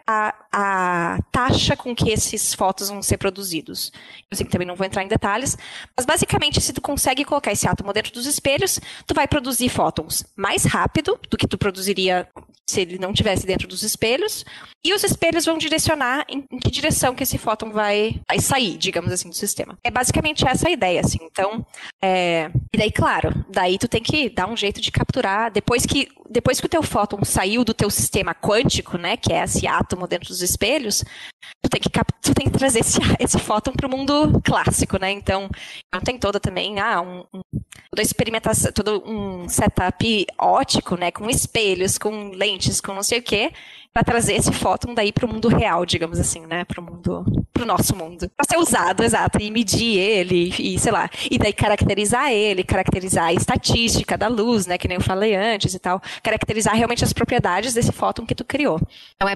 a taxa com que esses fótons vão ser produzidos. Eu sei que também não vou entrar em detalhes, mas basicamente, se tu consegue colocar esse átomo dentro dos espelhos, tu vai produzir fótons mais rápido do que tu produziria se ele não estivesse dentro dos espelhos, e os espelhos vão direcionar em que direção que esse fóton vai sair, digamos assim, do sistema. É basicamente essa a ideia, assim. Então, e daí, claro, daí tu tem que dar um jeito de capturar, depois que o teu fóton saiu do teu sistema quântico, né, que é esse átomo dentro dos espelhos, tu tem que trazer esse fóton para o mundo clássico, né? Então tem toda também toda experimentação, todo um setup óptico, né, com espelhos, com lentes, com não sei o quê, para trazer esse fóton daí para o mundo real, digamos assim, né, para o nosso mundo, para ser usado, exato, e medir ele, e sei lá, e daí caracterizar a estatística da luz, né, que nem eu falei antes e tal, caracterizar realmente as propriedades desse fóton que tu criou. Então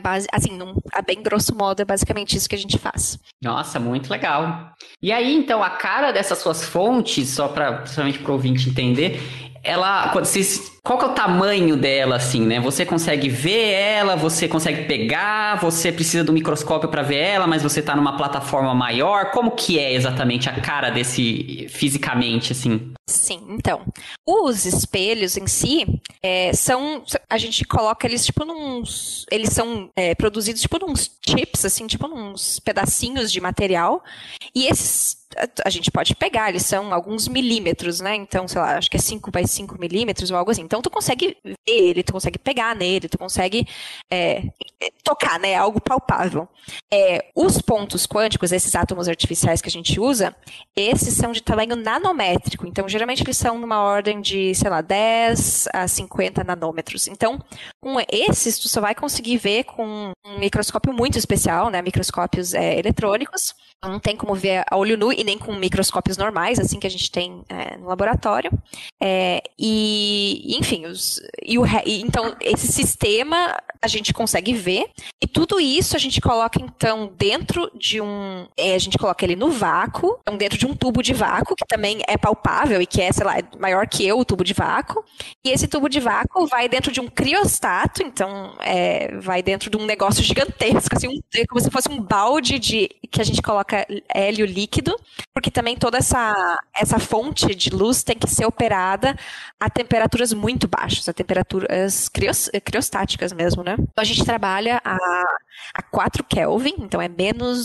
a bem grosso modo, é basicamente isso que a gente faz. Nossa, muito legal. E aí, então, a cara dessas suas fontes, principalmente para o ouvinte entender, qual que é o tamanho dela, assim, né? Você consegue ver ela, você consegue pegar, você precisa do microscópio para ver ela, mas você está numa plataforma maior. Como que é exatamente a cara fisicamente, assim? Sim, então, os espelhos em si, a gente coloca eles tipo eles são produzidos tipo nos chips, assim, tipo nos pedacinhos de material, e esses a gente pode pegar, eles são alguns milímetros, né? Então, sei lá, acho que é 5 by 5 milímetros ou algo assim. Então, tu consegue ver ele, tu consegue pegar nele, tu consegue tocar, né? Algo palpável. Os pontos quânticos, esses átomos artificiais que a gente usa, esses são de tamanho nanométrico. Então, geralmente, eles são numa ordem de, sei lá, 10 a 50 nanômetros. Então, com esses, tu só vai conseguir ver com um microscópio muito especial, né? Microscópios eletrônicos. Não tem como ver a olho nu e nem com microscópios normais, assim, que a gente tem no laboratório. Enfim, então, esse sistema a gente consegue ver. E tudo isso a gente coloca, então, dentro de a gente coloca ele no vácuo, então, dentro de um tubo de vácuo, que também é palpável e que sei lá, é maior que o tubo de vácuo. E esse tubo de vácuo vai dentro de um criostato, então, vai dentro de um negócio gigantesco, assim, como se fosse um balde que a gente coloca hélio líquido, porque também toda essa fonte de luz tem que ser operada a temperaturas muito baixas, a temperaturas criostáticas mesmo, né? Então a gente trabalha a 4 Kelvin, então é menos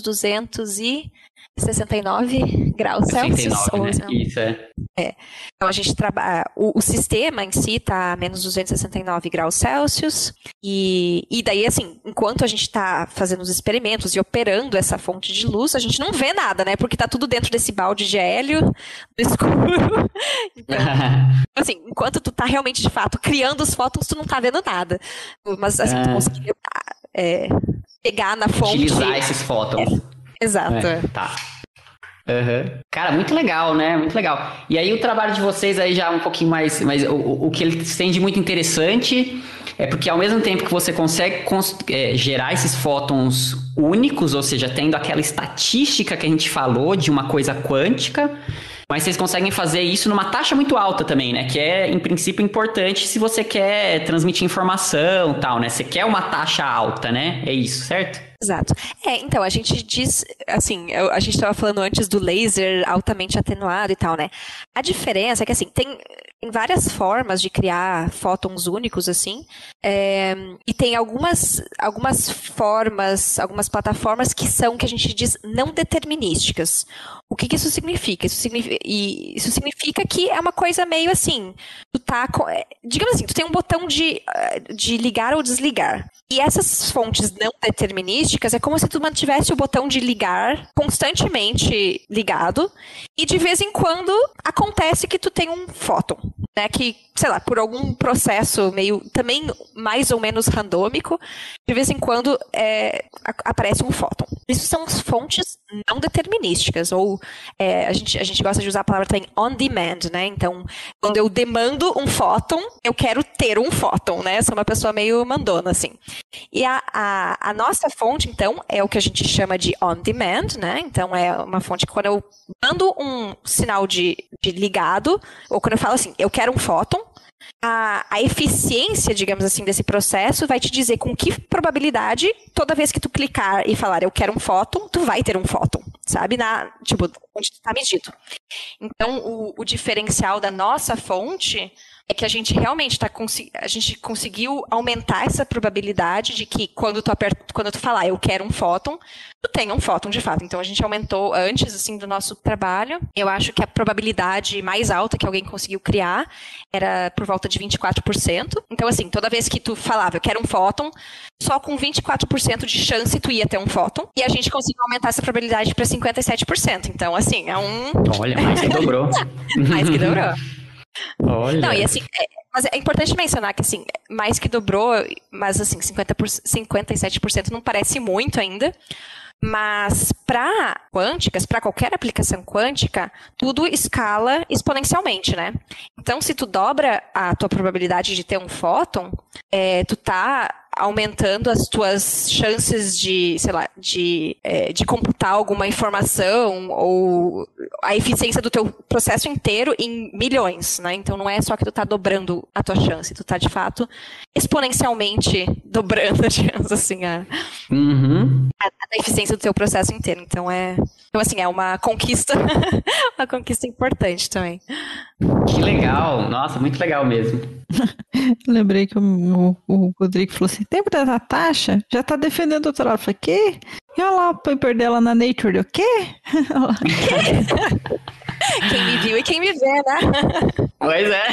269 graus Celsius. 69, né? Isso, Então a gente trabalha, o sistema em si está a menos 269 graus Celsius, e daí, assim, enquanto a gente está fazendo os experimentos e operando essa fonte de luz, a gente não vê nada, né? Porque tá tudo dentro desse balde de hélio, no escuro. Então, assim, enquanto tu tá realmente, de fato, criando os fótons, tu não tá vendo nada. Mas, assim, tu conseguiu pegar na fonte... Utilizar esses fótons. Exato. Tá. Uhum. Cara, muito legal, né? Muito legal. E aí o trabalho de vocês aí já um pouquinho mais... Mas o que ele tem de muito interessante é porque ao mesmo tempo que você consegue gerar esses fótons únicos, ou seja, tendo aquela estatística que a gente falou de uma coisa quântica, Mas vocês conseguem fazer isso numa taxa muito alta também, né? Que é, em princípio, importante se você quer transmitir informação e tal, né? Você quer uma taxa alta, né? É isso, certo? Exato. Então, a gente diz, assim, a gente estava falando antes do laser altamente atenuado e tal, né? A diferença é que, assim, tem várias formas de criar fótons únicos, assim, e tem algumas formas, algumas plataformas que são, que a gente diz, não determinísticas. O que isso significa? Isso significa que é uma coisa meio assim, digamos assim, tu tem um botão de ligar ou desligar. E essas fontes não determinísticas é como se tu mantivesse o botão de ligar constantemente ligado e de vez em quando acontece que tu tem um fóton, né? Que, sei lá, por algum processo meio também mais ou menos randômico, de vez em quando aparece um fóton. Isso são as fontes não determinísticas, ou a gente gosta de usar a palavra também on demand, né? Então, quando eu demando um fóton, eu quero ter um fóton, né? Sou uma pessoa meio mandona, assim. E a nossa fonte, então, é o que a gente chama de on demand, né? Então, é uma fonte que quando eu mando um sinal de ligado, ou quando eu falo assim, eu quero um fóton, a eficiência, digamos assim, desse processo vai te dizer com que probabilidade, toda vez que tu clicar e falar eu quero um fóton, tu vai ter um fóton, sabe? Onde tu tá medido. Então, o diferencial da nossa fonte é que a gente realmente a gente conseguiu aumentar essa probabilidade de que quando tu falar eu quero um fóton, tu tenha um fóton de fato. Então a gente aumentou antes assim do nosso trabalho. Eu acho que a probabilidade mais alta que alguém conseguiu criar era por volta de 24%. Então assim, toda vez que tu falava eu quero um fóton, só com 24% de chance tu ia ter um fóton. E a gente conseguiu aumentar essa probabilidade para 57%. Então assim, Olha, mais que dobrou. Mais que dobrou. Olha. Não, e assim, mas é importante mencionar que assim, mais que dobrou, mas assim, 57% não parece muito ainda. Mas para quânticas, para qualquer aplicação quântica, tudo escala exponencialmente, né? Então, se tu dobra a tua probabilidade de ter um fóton, tu tá aumentando as tuas chances de, sei lá, de computar alguma informação ou a eficiência do teu processo inteiro em milhões, né? Então não é só que tu tá dobrando a tua chance, tu tá de fato exponencialmente dobrando, digamos assim, a eficiência do teu processo inteiro. Então assim, é uma conquista, uma conquista importante também. Que legal, nossa, muito legal mesmo. Lembrei que o Rodrigo falou assim, tempo da Natasha já tá defendendo o doutorado. Eu falei, quê? E olha lá o paper dela na Nature, o quê? Quem me viu e quem me vê, né? Pois é.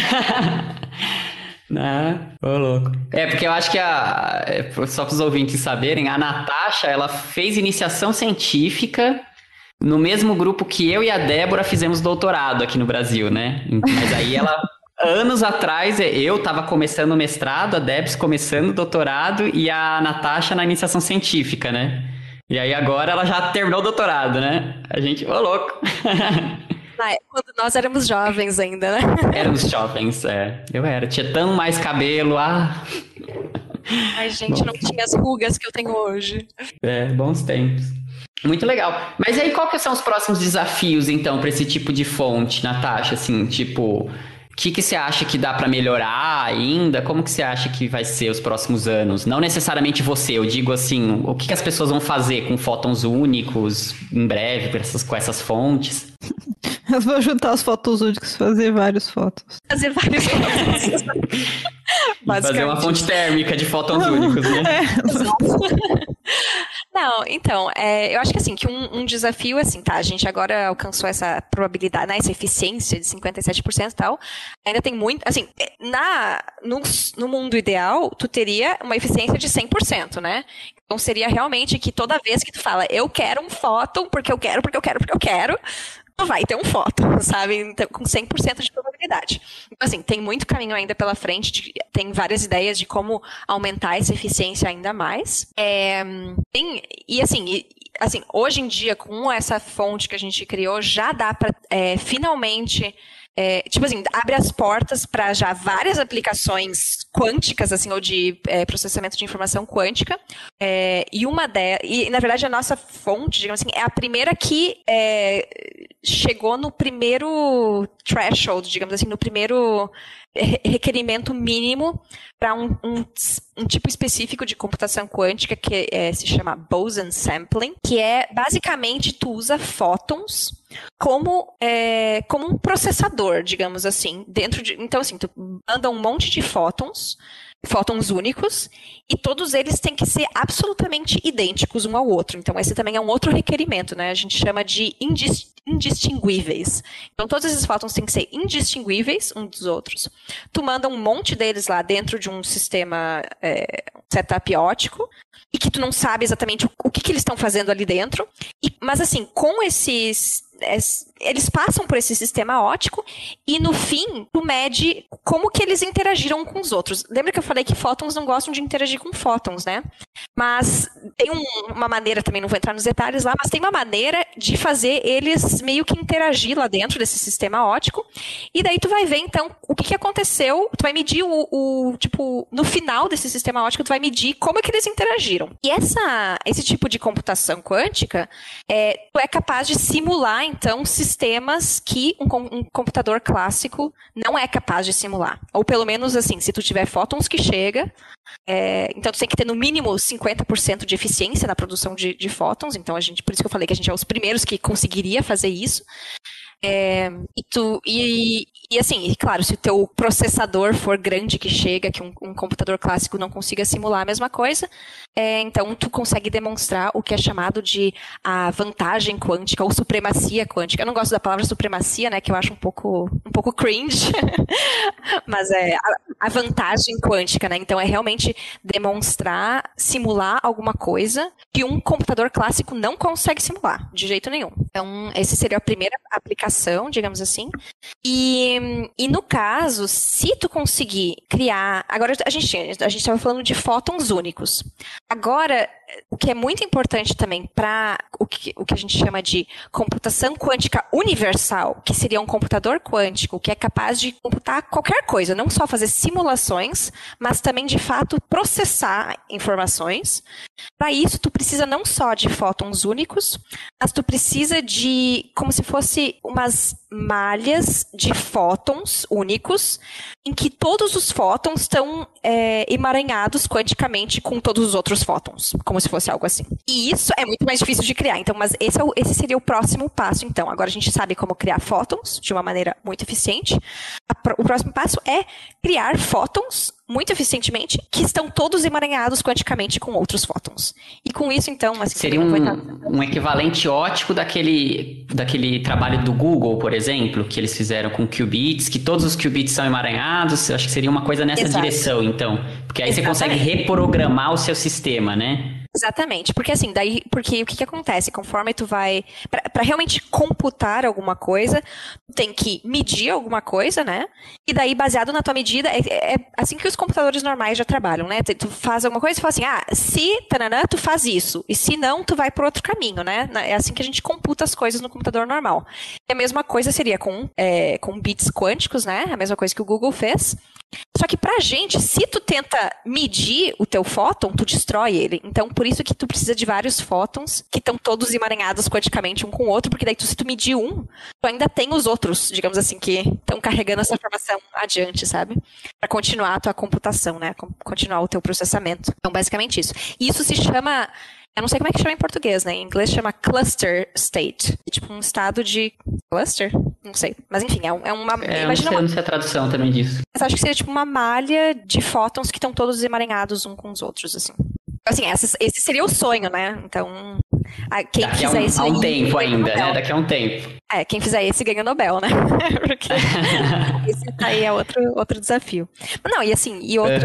Ô louco. Porque eu acho que só para os ouvintes saberem, a Natasha, ela fez iniciação científica no mesmo grupo que eu e a Débora fizemos doutorado aqui no Brasil, né? Mas aí ela, anos atrás, eu estava começando o mestrado, a Debs começando o doutorado e a Natasha na iniciação científica, né? E aí agora ela já terminou o doutorado, né? A gente, ô louco. Quando nós éramos jovens ainda, né? Éramos jovens, eu era. Tinha tão mais cabelo, Ai, gente, não tinha as rugas que eu tenho hoje. Bons tempos. Muito legal. Mas aí, qual que são os próximos desafios, então, para esse tipo de fonte, Natasha? Assim, tipo, o que você acha que dá para melhorar ainda? Como que você acha que vai ser os próximos anos? Não necessariamente você, eu digo assim, o que as pessoas vão fazer com fótons únicos em breve com essas fontes? Elas vão juntar os fótons únicos, fazer vários fótons. Fazer vários fótons. Fazer uma fonte térmica de fótons únicos, né? Exato. Não, então, eu acho que assim, que um desafio, assim, tá, a gente agora alcançou essa probabilidade, né, essa eficiência de 57% e tal, ainda tem muito, assim, no mundo ideal, tu teria uma eficiência de 100%, né? Então seria realmente que toda vez que tu fala, eu quero um fóton, porque eu quero, tu vai ter um fóton, sabe? Então, com 100% de probabilidade. Então, assim, tem muito caminho ainda pela frente, tem várias ideias de como aumentar essa eficiência ainda mais. Assim, hoje em dia, com essa fonte que a gente criou, já dá para finalmente, tipo assim, abre as portas para já várias aplicações quânticas, assim, ou de processamento de informação quântica. E na verdade, a nossa fonte, digamos assim, é a primeira que chegou no primeiro threshold, digamos assim, no primeiro requerimento mínimo para um tipo específico de computação quântica que se chama Bose sampling, que é basicamente tu usa fótons como um processador, digamos assim, então assim, tu manda um monte de fótons únicos, e todos eles têm que ser absolutamente idênticos um ao outro. Então, esse também é um outro requerimento, né? A gente chama de indistinguíveis. Então, todos esses fótons têm que ser indistinguíveis uns dos outros. Tu manda um monte deles lá dentro de um sistema setup óptico, e que tu não sabe exatamente o que eles estão fazendo ali dentro. Mas, assim, com esses... Eles passam por esse sistema óptico e, no fim, tu mede como que eles interagiram com os outros. Lembra que eu falei que fótons não gostam de interagir com fótons, né? Mas tem uma maneira, também não vou entrar nos detalhes lá, mas tem uma maneira de fazer eles meio que interagir lá dentro desse sistema óptico. E daí tu vai ver, então, o que aconteceu. Tu vai medir tipo, no final desse sistema óptico, tu vai medir como é que eles interagiram. E esse tipo de computação quântica, tu é capaz de simular, então, sistemas que um computador clássico não é capaz de simular. Ou pelo menos, assim, se tu tiver fótons que chega, então tu tem que ter no mínimo 50% de eficiência na produção de fótons. Então, por isso que eu falei que a gente é os primeiros que conseguiria fazer isso. E assim, claro, se o teu processador for grande que chega, que um computador clássico não consiga simular a mesma coisa, então tu consegue demonstrar o que é chamado de a vantagem quântica ou supremacia quântica. Eu não gosto da palavra supremacia, né, que eu acho um pouco cringe, mas a vantagem quântica, né, então é realmente demonstrar, simular alguma coisa que um computador clássico não consegue simular, de jeito nenhum. Então, essa seria a primeira aplicação, digamos assim. E no caso, se tu conseguir criar... Agora, a gente estava falando de fótons únicos. Agora, o que é muito importante também para o que a gente chama de computação quântica universal, que seria um computador quântico que é capaz de computar qualquer coisa, não só fazer simulações, mas também, de fato, processar informações. Para isso, tu precisa não só de fótons únicos, mas tu precisa de, como se fosse umas malhas de fótons únicos, em que todos os fótons estão emaranhados quanticamente com todos os outros fótons, como se fosse algo assim. E isso é muito mais difícil de criar, então, mas esse seria o próximo passo, então. Agora a gente sabe como criar fótons de uma maneira muito eficiente. O próximo passo é criar fótons muito eficientemente, que estão todos emaranhados quanticamente com outros fótons. E com isso, então... Assim, seria um equivalente óptico daquele trabalho do Google, por exemplo, que eles fizeram com qubits, que todos os qubits são emaranhados. Eu acho que seria uma coisa nessa direção, então. Porque aí você consegue reprogramar o seu sistema, né? Exatamente, porque assim, porque o que acontece? Conforme tu vai, para realmente computar alguma coisa, tu tem que medir alguma coisa, né? E daí, baseado na tua medida, é assim que os computadores normais já trabalham, né? Tu faz alguma coisa e fala assim, se tananã, tu faz isso, e se não, tu vai por outro caminho, né? É assim que a gente computa as coisas no computador normal. E a mesma coisa seria com bits quânticos, né? A mesma coisa que o Google fez. Só que pra gente, se tu tenta medir o teu fóton, tu destrói ele. Então, por isso que tu precisa de vários fótons que estão todos emaranhados quanticamente um com o outro, porque daí se tu medir um, tu ainda tem os outros, digamos assim, que estão carregando essa informação adiante, sabe? Pra continuar a tua computação, né? Continuar o teu processamento. Então, basicamente isso. E isso se chama... Eu não sei como é que chama em português, né? Em inglês chama cluster state. É tipo um estado de cluster? Não sei. Mas enfim, é uma... Eu não sei a tradução também disso. Mas acho que seria tipo uma malha de fótons que estão todos emaranhados uns com os outros, assim. Assim, esse seria o sonho, né? Então, quem fizer esse... Há um tempo ainda, né? Daqui a um tempo. Quem fizer esse ganha o Nobel, né? Porque esse aí é outro desafio. Não, e assim,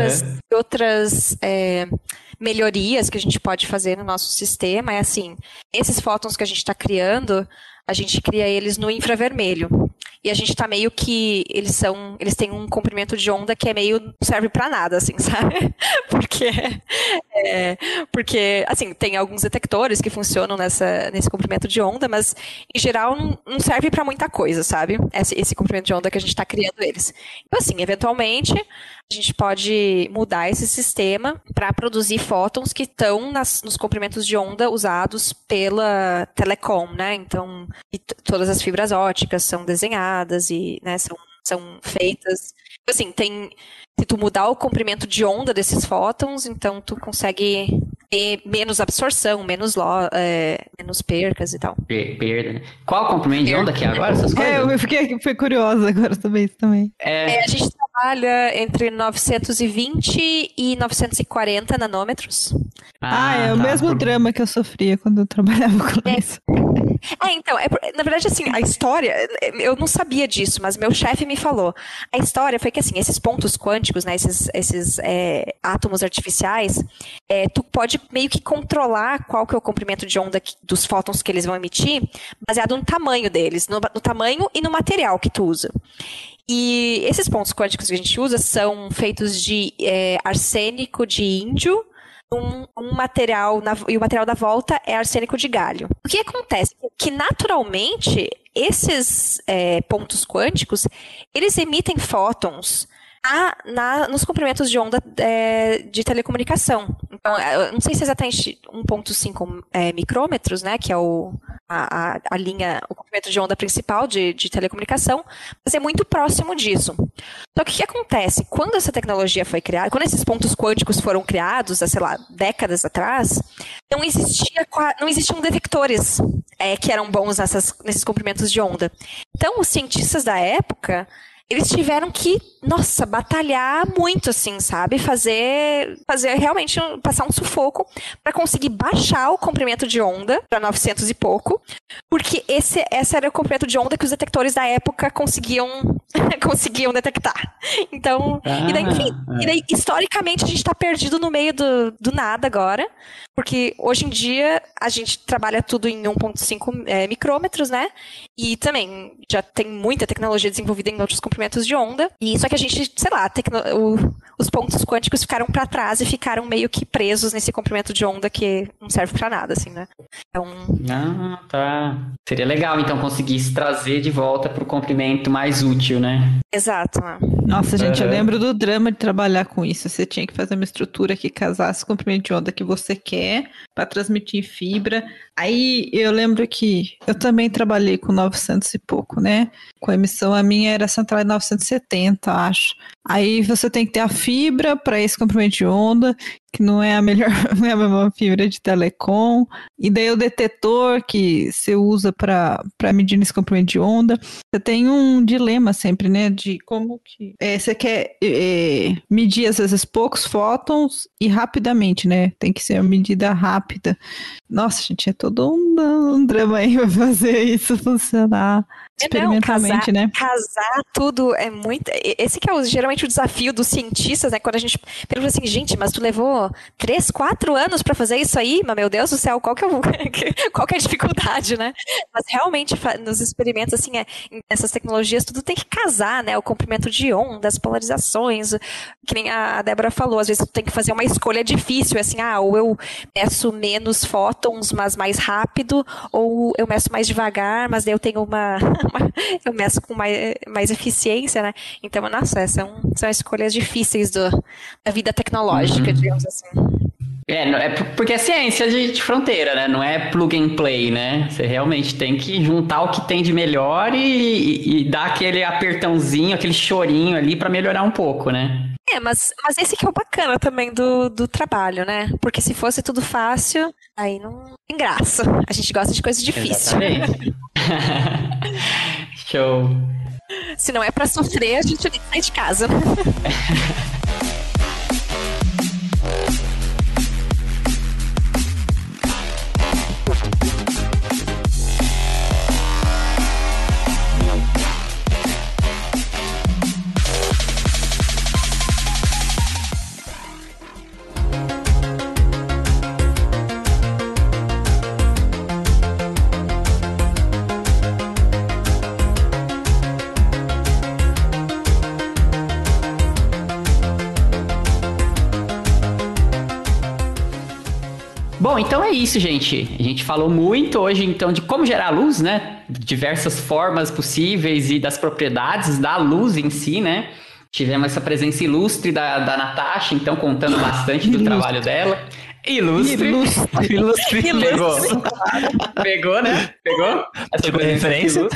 outras melhorias que a gente pode fazer no nosso sistema é assim, esses fótons que a gente está criando, a gente cria eles no infravermelho. E a gente tá meio que... Eles têm um comprimento de onda que não serve pra nada, assim, sabe? Porque, assim, tem alguns detectores que funcionam nesse comprimento de onda, mas, em geral, não serve pra muita coisa, sabe? Esse comprimento de onda que a gente tá criando eles. Então, assim, eventualmente, a gente pode mudar esse sistema para produzir fótons que estão nos comprimentos de onda usados pela telecom, né? Então, todas as fibras óticas são desenhadas e, né, são feitas. Assim, se tu mudar o comprimento de onda desses fótons, então tu consegue ter menos absorção, menos percas e tal. Perda, né? Qual o comprimento de onda que é agora, essas coisas? Eu fiquei curiosa agora também. A gente trabalha entre 920 e 940 nanômetros. É o mesmo drama que eu sofria quando eu trabalhava com isso. Então, na verdade, assim, a história, eu não sabia disso, mas meu chefe me falou. A história foi que, assim, esses pontos quânticos, né, esses átomos artificiais, tu pode meio que controlar qual que é o comprimento de onda dos fótons que eles vão emitir, baseado no tamanho deles, no tamanho e no material que tu usa. E esses pontos quânticos que a gente usa são feitos de arsênico de índio, um material, e o material da volta é arsênico de galho. O que acontece? Que naturalmente esses pontos quânticos, eles emitem fótons nos comprimentos de onda de telecomunicação. Então, eu não sei se é exatamente 1,5 micrômetros, né, que é a linha, o comprimento de onda principal de telecomunicação, mas é muito próximo disso. Só que o que acontece? Quando essa tecnologia foi criada, quando esses pontos quânticos foram criados, há, sei lá, décadas atrás, não existiam detectores que eram bons nesses comprimentos de onda. Então, os cientistas da época, eles tiveram que, batalhar muito, assim, sabe? Fazer realmente, passar um sufoco para conseguir baixar o comprimento de onda para 900 e pouco, porque esse era o comprimento de onda que os detectores da época conseguiam detectar. Então, e daí, historicamente, a gente está perdido no meio do nada agora, porque hoje em dia a gente trabalha tudo em 1,5 micrômetros, né? E também já tem muita tecnologia desenvolvida em outros comprimentos de onda. E só que a gente, sei lá, os pontos quânticos ficaram para trás e ficaram meio que presos nesse comprimento de onda que não serve para nada, assim, né? Então... tá. Seria legal, então, conseguir se trazer de volta pro comprimento mais útil, né? Exato. Nossa, gente, eu lembro do drama de trabalhar com isso. Você tinha que fazer uma estrutura que casasse o comprimento de onda que você quer para transmitir fibra. Aí eu lembro que eu também trabalhei com 900 e pouco, né? Com a emissão, a minha era central em 970, acho. Aí você tem que ter a fibra para esse comprimento de onda, que não é a melhor, não é a mesma fibra de telecom. E daí o detetor que você usa para medir esse comprimento de onda. Você tem um dilema sempre, né? De como que você quer medir, às vezes, poucos fótons e rapidamente, né? Tem que ser uma medida rápida. Nossa, gente, é todo um drama aí pra fazer isso funcionar experimentalmente, né? Casar tudo é muito... Esse que é geralmente o desafio dos cientistas, né? Quando a gente pergunta assim, gente, mas tu levou 3, 4 anos pra fazer isso aí? Mas, meu Deus do céu, qual que é a dificuldade, né? Mas realmente, nos experimentos, assim, essas tecnologias, tudo tem que casar, né? O comprimento de onda, as polarizações, que nem a Débora falou, às vezes tu tem que fazer uma escolha difícil, assim, ou eu meço menos fótons, mas mais rápido, ou eu meço mais devagar, mas daí eu tenho eu meço com mais eficiência, né? Então, nossa, são escolhas difíceis da vida tecnológica, digamos assim. Porque é ciência de fronteira, né? Não é plug and play, né? Você realmente tem que juntar o que tem de melhor e dar aquele apertãozinho, aquele chorinho ali para melhorar um pouco, né? Mas esse que é o bacana também do trabalho, né? Porque se fosse tudo fácil, aí não tem graça. A gente gosta de coisas difíceis. Exatamente. Show. Se não é pra sofrer, a gente nem sai de casa. Bom, então é isso, gente. A gente falou muito hoje, então, de como gerar luz, né? Diversas formas possíveis e das propriedades da luz em si, né? Tivemos essa presença ilustre da Natasha, então contando bastante do trabalho dela. Ilustre. Pegou, né? Pegou? Pegou a referência?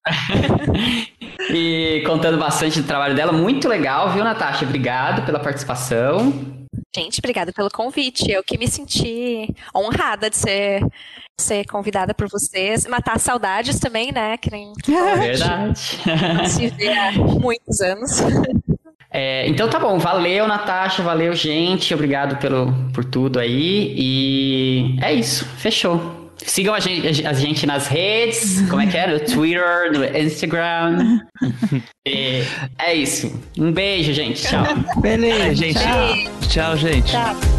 E contando bastante do trabalho dela. Muito legal, viu, Natasha? Obrigado pela participação. Gente, obrigada pelo convite. Eu que me senti honrada de ser convidada por vocês. Matar saudades também, né? Que nem Verdade. se vê há muitos anos. Então tá bom, valeu Natasha, valeu gente, obrigado por tudo aí, e é isso, fechou. Sigam a gente nas redes, como é que é? No Twitter, no Instagram. É isso, um beijo gente, tchau. Beleza, gente. tchau. Tchau, gente. Tchau.